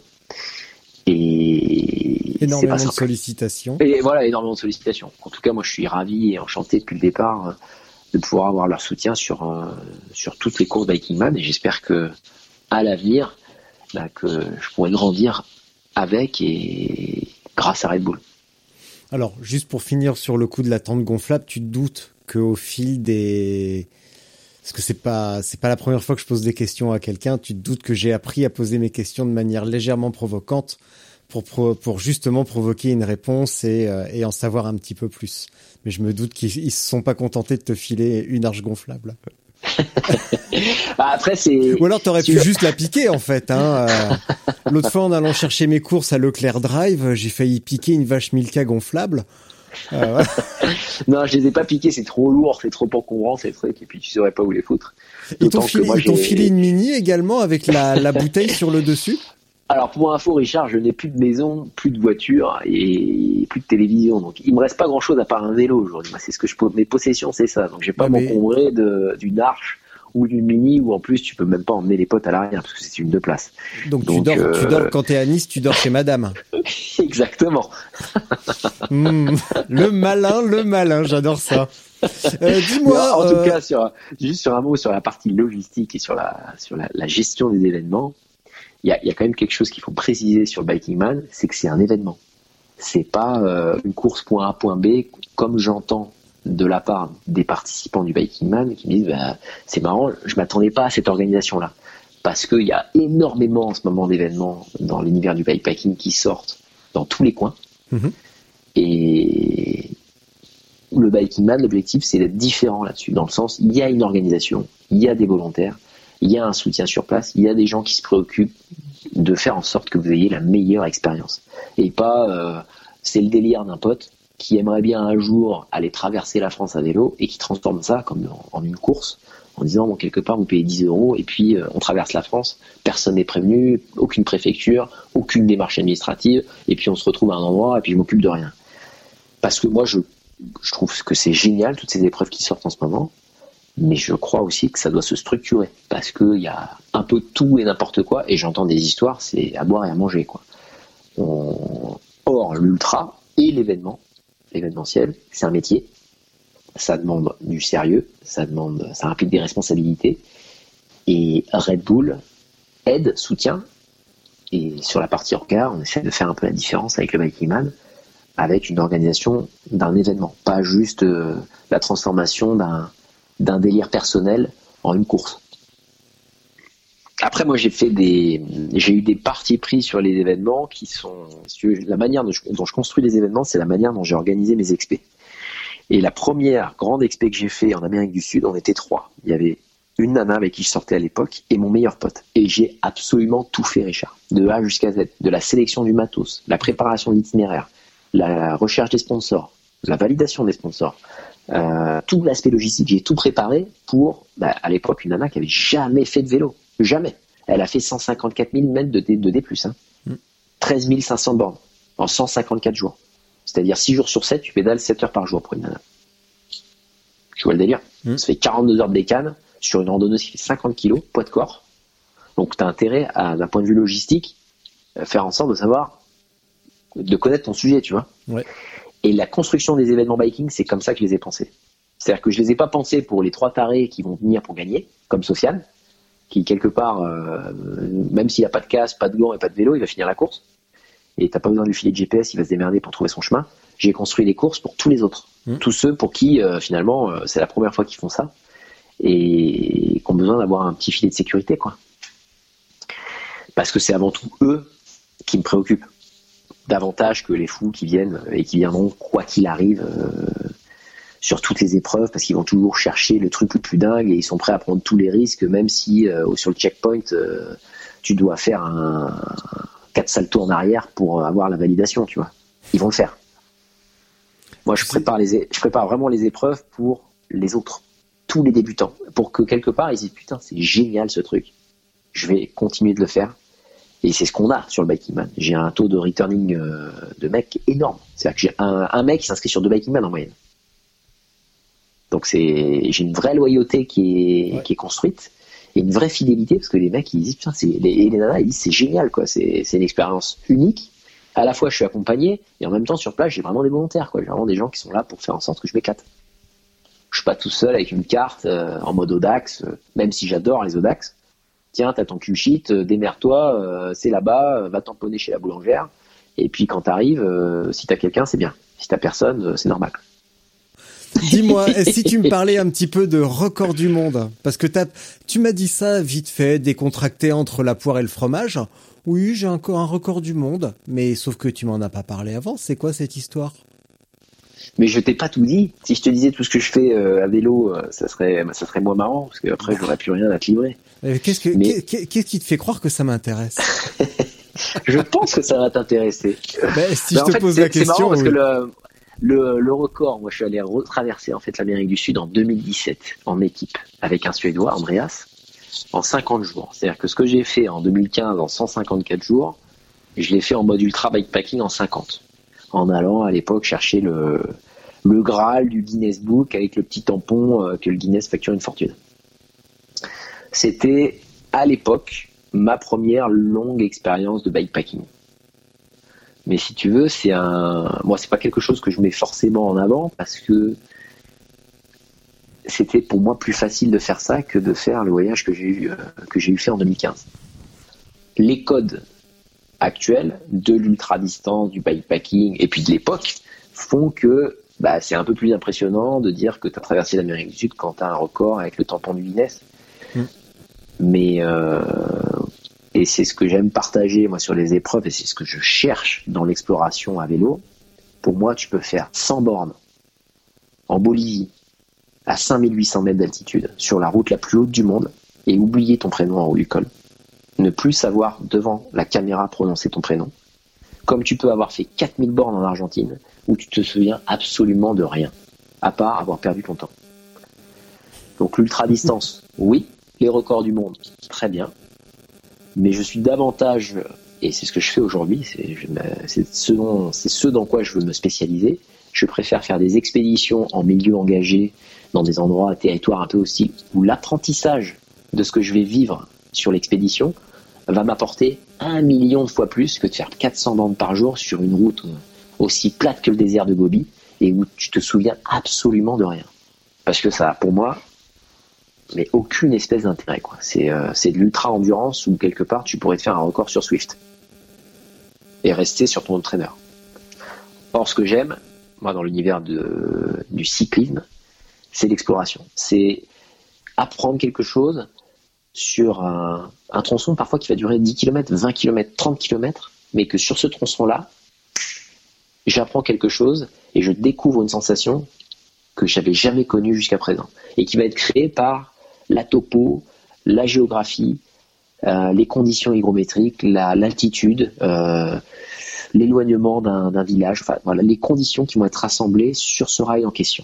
Speaker 6: Et
Speaker 5: énormément de sollicitations.
Speaker 6: Et voilà, énormément de sollicitations. En tout cas, moi, je suis ravi et enchanté depuis le départ de pouvoir avoir leur soutien sur toutes les courses Biking Man. Et j'espère que à l'avenir, que je pourrai grandir avec et grâce à Red Bull.
Speaker 5: Alors, juste pour finir sur le coup de la tente gonflable, tu te doutes qu'au fil des... Parce que c'est pas la première fois que je pose des questions à quelqu'un, tu te doutes que j'ai appris à poser mes questions de manière légèrement provocante pour justement provoquer une réponse et en savoir un petit peu plus. Mais je me doute qu'ils se sont pas contentés de te filer une arche gonflable.
Speaker 6: Après, c'est...
Speaker 5: Ou alors t'aurais pu juste la piquer en fait. L'autre fois en allant chercher mes courses à Leclerc Drive, j'ai failli piquer une vache Milka gonflable. Ouais.
Speaker 6: Non, je les ai pas piqués, c'est trop lourd, c'est trop encombrant ces trucs, et puis tu saurais pas où les foutre.
Speaker 5: Ils t'ont filé une mini également avec la bouteille sur le dessus?
Speaker 6: Alors pour info, Richard, je n'ai plus de maison, plus de voiture et plus de télévision, donc il me reste pas grand chose à part un vélo aujourd'hui. Moi, c'est ce que mes possessions, c'est ça, donc j'ai pas m'encombrer d'une arche ou d'une mini où en plus tu peux même pas emmener les potes à l'arrière parce que c'est une 2 places.
Speaker 5: Donc tu dors quand t'es à Nice, tu dors chez madame.
Speaker 6: Exactement.
Speaker 5: Le malin, j'adore ça. Dis-moi.
Speaker 6: En tout cas, juste sur un mot sur la partie logistique et sur la gestion des événements, il y a quand même quelque chose qu'il faut préciser sur le Biking Man, c'est que c'est un événement. C'est pas une course point A, point B, comme j'entends de la part des participants du Biking Man qui me disent c'est marrant, je m'attendais pas à cette organisation-là. Parce qu'il y a énormément en ce moment d'événements dans l'univers du bikepacking qui sortent dans tous les coins. Et le Biking Man, l'objectif, c'est d'être différent là-dessus. Dans le sens, il y a une organisation, il y a des volontaires, il y a un soutien sur place, il y a des gens qui se préoccupent de faire en sorte que vous ayez la meilleure expérience. Et pas, c'est le délire d'un pote qui aimerait bien un jour aller traverser la France à vélo et qui transforme ça comme en une course en disant bon, quelque part vous payez 10 € et puis on traverse la France, personne n'est prévenu, aucune préfecture, aucune démarche administrative et puis on se retrouve à un endroit et puis je m'occupe de rien. Parce que moi je trouve que c'est génial toutes ces épreuves qui sortent en ce moment, Mais je crois aussi que ça doit se structurer, parce qu'il y a un peu tout et n'importe quoi, et j'entends des histoires, c'est à boire et à manger, quoi. Or, l'ultra et l'événementiel, c'est un métier, ça demande du sérieux, ça implique des responsabilités, et Red Bull aide, soutient, et sur la partie regard, on essaie de faire un peu la différence avec le Biking Man, avec une organisation d'un événement, pas juste la transformation d'un délire personnel en une course. Après, moi, j'ai eu des partis pris sur les événements qui sont, la manière dont je construis les événements, c'est la manière dont j'ai organisé mes expés. Et la première grande expé que j'ai fait en Amérique du Sud, on était 3. Il y avait une nana avec qui je sortais à l'époque et mon meilleur pote. Et j'ai absolument tout fait, Richard. De A jusqu'à Z. De la sélection du matos, la préparation de l'itinéraire, la recherche des sponsors, la validation des sponsors, tout l'aspect logistique. J'ai tout préparé pour, à l'époque, une nana qui avait jamais fait de vélo. Jamais. Elle a fait 154 000 mètres de D+, hein. 13 500 bornes en 154 jours. C'est-à-dire 6 jours sur 7, tu pédales 7 heures par jour pour une nana. Tu vois le délire? Ça fait 42 heures de décane sur une randonneuse qui fait 50 kilos, poids de corps. Donc tu as intérêt à, d'un point de vue logistique, faire en sorte de connaître ton sujet, tu vois. Ouais. Et la construction des événements biking, c'est comme ça que je les ai pensés. C'est-à-dire que je les ai pas pensés pour les 3 tarés qui vont venir pour gagner, comme Sofiane, qui quelque part, même s'il n'y a pas de casque, pas de gants et pas de vélo, il va finir la course. Et t'as pas besoin de lui filer de GPS, il va se démerder pour trouver son chemin. J'ai construit les courses pour tous les autres. Tous ceux pour qui, finalement, c'est la première fois qu'ils font ça. Et qui ont besoin d'avoir un petit filet de sécurité, quoi. Parce que c'est avant tout eux qui me préoccupent. Davantage que les fous qui viennent et qui viendront, quoi qu'il arrive, sur toutes les épreuves, parce qu'ils vont toujours chercher le truc le plus dingue et ils sont prêts à prendre tous les risques, même si sur le checkpoint, tu dois faire un 4 saltos en arrière pour avoir la validation, tu vois. Ils vont le faire. Moi, je prépare vraiment les épreuves pour les autres, tous les débutants, pour que quelque part, ils disent, putain, c'est génial ce truc. Je vais continuer de le faire. Et c'est ce qu'on a sur le Biking Man. J'ai un taux de returning de mecs énorme. C'est-à-dire que j'ai un mec qui s'inscrit sur 2 Biking Man en moyenne. Donc j'ai une vraie loyauté qui est construite et une vraie fidélité, parce que les mecs ils disent putain, les nanas ils disent c'est génial, quoi. C'est une expérience unique. À la fois je suis accompagné et en même temps sur place j'ai vraiment des volontaires, quoi. J'ai vraiment des gens qui sont là pour faire en sorte que je m'éclate. Je suis pas tout seul avec une carte en mode Audax, même si j'adore les Audax. Tiens, t'as ton Q-sheet, démerde-toi, c'est là-bas, va tamponner chez la boulangère. Et puis quand t'arrives, si t'as quelqu'un, c'est bien. Si t'as personne, c'est normal.
Speaker 5: Dis-moi, si tu me parlais un petit peu de record du monde, parce que tu m'as dit ça vite fait, décontracté entre la poire et le fromage. Oui, j'ai encore un record du monde, mais sauf que tu m'en as pas parlé avant. C'est quoi cette histoire?
Speaker 6: Mais je t'ai pas tout dit. Si je te disais tout ce que je fais à vélo, ça serait moins marrant, parce qu'après j'aurais plus rien à te livrer.
Speaker 5: Qu'est-ce qui te fait croire que ça m'intéresse?
Speaker 6: Je pense que ça va t'intéresser.
Speaker 5: Si je te pose la question,
Speaker 6: c'est marrant parce que le record, moi je suis allé retraverser en fait l'Amérique du Sud en 2017 en équipe avec un Suédois, Andreas, en 50 jours. C'est-à-dire que ce que j'ai fait en 2015 en 154 jours, je l'ai fait en mode ultra bikepacking en 50. En allant à l'époque chercher le Graal du Guinness Book avec le petit tampon que le Guinness facture une fortune. C'était à l'époque ma première longue expérience de bikepacking. Mais si tu veux, moi c'est pas quelque chose que je mets forcément en avant parce que c'était pour moi plus facile de faire ça que de faire le voyage que j'ai eu fait en 2015. Les codes actuels de l'ultra-distance, du bikepacking et puis de l'époque font que c'est un peu plus impressionnant de dire que tu as traversé l'Amérique du Sud quand tu as un record avec le tampon du Guinness. Mais et c'est ce que j'aime partager moi sur les épreuves et c'est ce que je cherche dans l'exploration à vélo. Pour moi, tu peux faire 100 bornes en Bolivie à 5800 mètres d'altitude sur la route la plus haute du monde et oublier ton prénom en haut du col. Ne plus savoir devant la caméra prononcer ton prénom. Comme tu peux avoir fait 4000 bornes en Argentine où tu te souviens absolument de rien à part avoir perdu ton temps. Donc l'ultra-distance, oui. Les records du monde, très bien. Mais je suis davantage, et c'est ce que je fais aujourd'hui, c'est ce dans quoi je veux me spécialiser. Je préfère faire des expéditions en milieu engagé, dans des endroits, territoires un peu hostiles, où l'apprentissage de ce que je vais vivre sur l'expédition va m'apporter 1 million de fois plus que de faire 400 bandes par jour sur une route aussi plate que le désert de Gobi et où tu te souviens absolument de rien. Parce que ça, pour moi, mais aucune espèce d'intérêt, quoi. C'est de l'ultra-endurance où quelque part tu pourrais te faire un record sur Swift et rester sur ton entraîneur. Or, ce que j'aime, moi, dans l'univers du cyclisme, c'est l'exploration. C'est apprendre quelque chose sur un tronçon parfois qui va durer 10 km, 20 km, 30 km, mais que sur ce tronçon-là, j'apprends quelque chose et je découvre une sensation que j'avais jamais connue jusqu'à présent et qui va être créée par la topo, la géographie, les conditions hygrométriques, l'altitude, l'éloignement d'un village, enfin voilà, les conditions qui vont être rassemblées sur ce rail en question.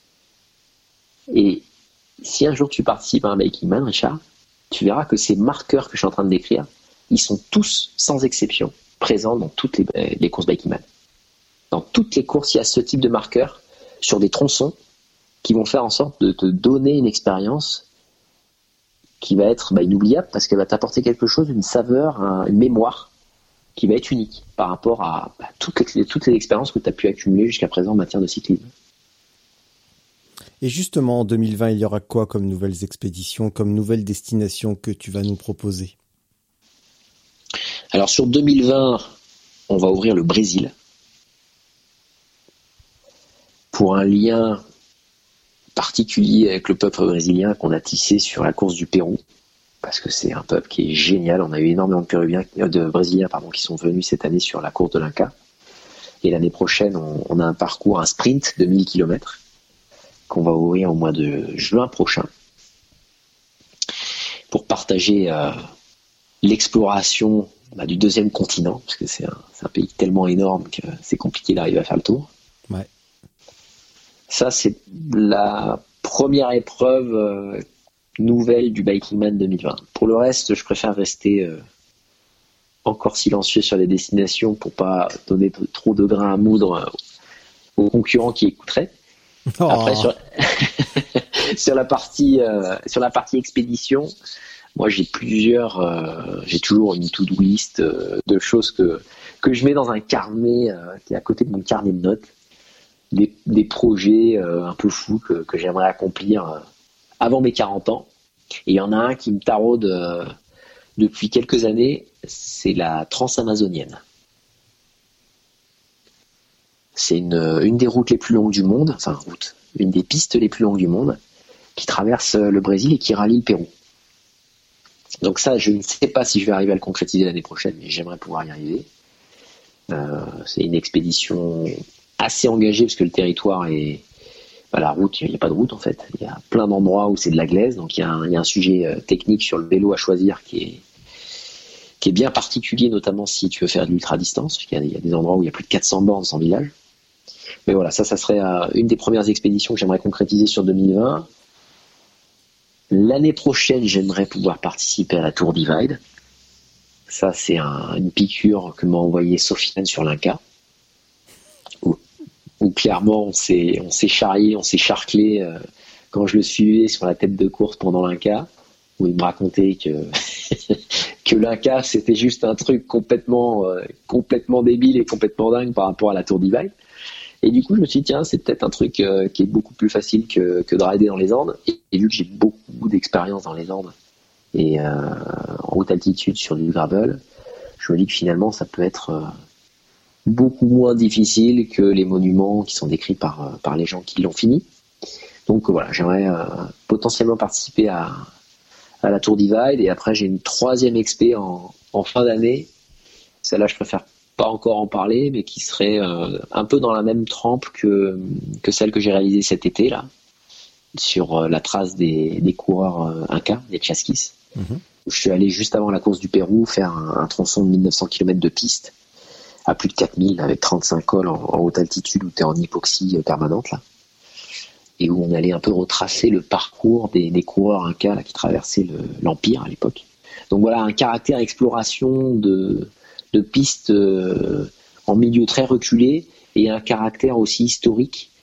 Speaker 6: Et si un jour tu participes à un Biking Man, Richard, tu verras que ces marqueurs que je suis en train de décrire, ils sont tous, sans exception, présents dans toutes les courses Biking Man. Dans toutes les courses, il y a ce type de marqueurs sur des tronçons qui vont faire en sorte de te donner une expérience qui va être inoubliable parce qu'elle va t'apporter quelque chose, une saveur, une mémoire qui va être unique par rapport à toutes les expériences que tu as pu accumuler jusqu'à présent en matière de cyclisme.
Speaker 5: Et justement, en 2020, il y aura quoi comme nouvelles expéditions, comme nouvelles destinations que tu vas nous proposer ?
Speaker 6: Alors sur 2020, on va ouvrir le Brésil pour un lien particulier avec le peuple brésilien qu'on a tissé sur la course du Pérou, parce que c'est un peuple qui est génial. On a eu énormément de Brésiliens qui sont venus cette année sur la course de l'Inca. Et l'année prochaine, on a un parcours, un sprint de 1000 km qu'on va ouvrir au mois de juin prochain pour partager l'exploration du deuxième continent, parce que c'est un pays tellement énorme que c'est compliqué d'arriver à faire le tour.
Speaker 5: Ouais.
Speaker 6: Ça, c'est la première épreuve nouvelle du Biking Man 2020. Pour le reste, je préfère rester encore silencieux sur les destinations pour pas donner trop de grains à moudre aux concurrents qui écouteraient. Oh. Après, sur la partie expédition, moi j'ai toujours une to-do list de choses que je mets dans un carnet qui est à côté de mon carnet de notes, des projets un peu fous que j'aimerais accomplir avant mes 40 ans. Et il y en a un qui me taraude depuis quelques années, c'est la transamazonienne. C'est une des routes les plus longues du monde, une des pistes les plus longues du monde, qui traverse le Brésil et qui rallie le Pérou. Donc ça, je ne sais pas si je vais arriver à le concrétiser l'année prochaine, mais j'aimerais pouvoir y arriver. C'est une expédition assez engagée parce que le territoire est... la route, il n'y a pas de route en fait. Il y a plein d'endroits où c'est de la glaise, donc il y a un sujet technique sur le vélo à choisir qui est bien particulier, notamment si tu veux faire de l'ultra-distance, parce qu'il y a des endroits où il y a plus de 400 bornes sans village. Mais voilà, ça serait une des premières expéditions que j'aimerais concrétiser sur 2020. L'année prochaine, j'aimerais pouvoir participer à la Tour Divide. Ça, c'est une piqûre que m'a envoyée Sofiane sur l'Inca, où clairement on s'est charrié, on s'est charclé quand je le suivais sur la tête de course pendant l'Inca, où il me racontait que l'Inca c'était juste un truc complètement débile et complètement dingue par rapport à la Tour Divide. Et du coup je me suis dit tiens, c'est peut-être un truc qui est beaucoup plus facile que de rider dans les Andes, et vu que j'ai beaucoup d'expérience dans les Andes et en haute altitude sur du gravel, je me dis que finalement ça peut être beaucoup moins difficile que les monuments qui sont décrits par les gens qui l'ont fini. Donc voilà, j'aimerais potentiellement participer à la Tour Divide, et après j'ai une troisième expé en fin d'année. Celle-là, je préfère pas encore en parler, mais qui serait un peu dans la même trempe que celle que j'ai réalisée cet été là, sur la trace des coureurs Inca, des Chasquis. Mm-hmm. Je suis allé juste avant la course du Pérou faire un tronçon de 1900 km de piste à plus de 4000 avec 35 cols en haute altitude où tu es en hypoxie permanente là, et où on allait un peu retracer le parcours des coureurs Inca là, qui traversaient l'Empire à l'époque. Donc voilà, un caractère exploration de pistes en milieu très reculé, et un caractère aussi historique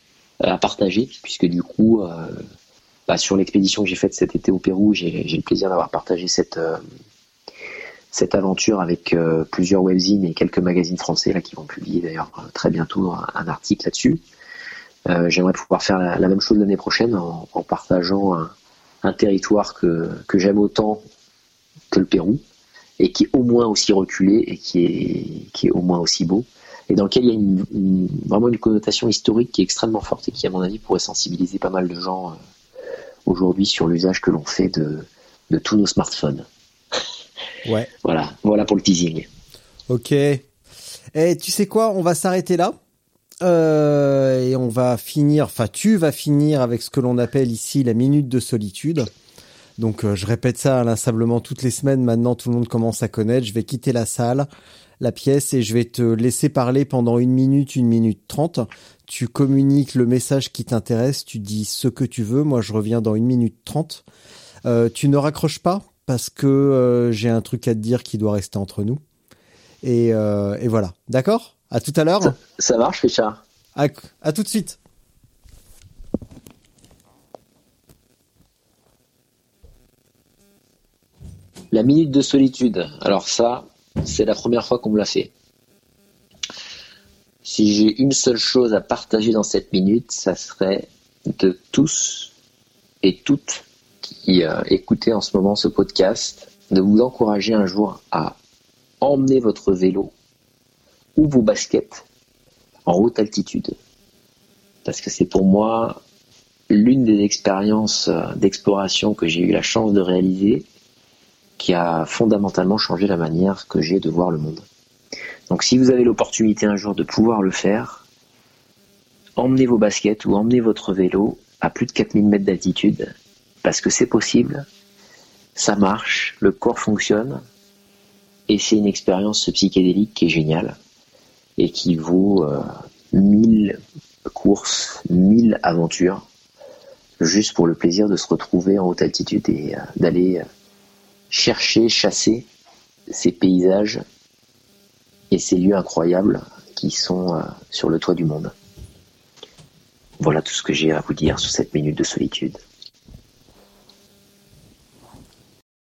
Speaker 6: à partager, puisque du coup, sur l'expédition que j'ai faite cet été au Pérou, j'ai le plaisir d'avoir partagé cette aventure avec plusieurs webzines et quelques magazines français là qui vont publier d'ailleurs très bientôt un article là-dessus. J'aimerais pouvoir faire la même chose l'année prochaine en partageant un territoire que j'aime autant que le Pérou, et qui est au moins aussi reculé et qui est au moins aussi beau, et dans lequel il y a vraiment une connotation historique qui est extrêmement forte et qui, à mon avis, pourrait sensibiliser pas mal de gens aujourd'hui sur l'usage que l'on fait de tous nos smartphones.
Speaker 5: Ouais.
Speaker 6: Voilà pour le teasing.
Speaker 5: Ok. Et tu sais quoi, on va s'arrêter là. Et on va finir, tu vas finir avec ce que l'on appelle ici la minute de solitude. Donc je répète ça inlassablement toutes les semaines, maintenant tout le monde commence à connaître. Je vais quitter la salle, la pièce, et je vais te laisser parler pendant 1 minute 30. Tu communiques le message qui t'intéresse, tu dis ce que tu veux, moi je reviens dans 1 minute 30. Tu ne raccroches pas, parce que j'ai un truc à te dire qui doit rester entre nous. Et voilà, d'accord ? À tout à l'heure.
Speaker 6: Ça marche, Richard.
Speaker 5: À tout de suite.
Speaker 6: La minute de solitude. Alors ça, c'est la première fois qu'on me l'a fait. Si j'ai une seule chose à partager dans cette minute, ça serait de tous et toutes qui écoutez en ce moment ce podcast, de vous encourager un jour à emmener votre vélo ou vos baskets en haute altitude. Parce que c'est pour moi l'une des expériences d'exploration que j'ai eu la chance de réaliser, qui a fondamentalement changé la manière que j'ai de voir le monde. Donc si vous avez l'opportunité un jour de pouvoir le faire, emmenez vos baskets ou emmenez votre vélo à plus de 4000 mètres d'altitude, parce que c'est possible, ça marche, le corps fonctionne, et c'est une expérience psychédélique qui est géniale, et qui vaut 1000 courses, 1000 aventures, juste pour le plaisir de se retrouver en haute altitude et d'aller chercher, chasser ces paysages et ces lieux incroyables qui sont sur le toit du monde. Voilà tout ce que j'ai à vous dire sur cette minute de solitude.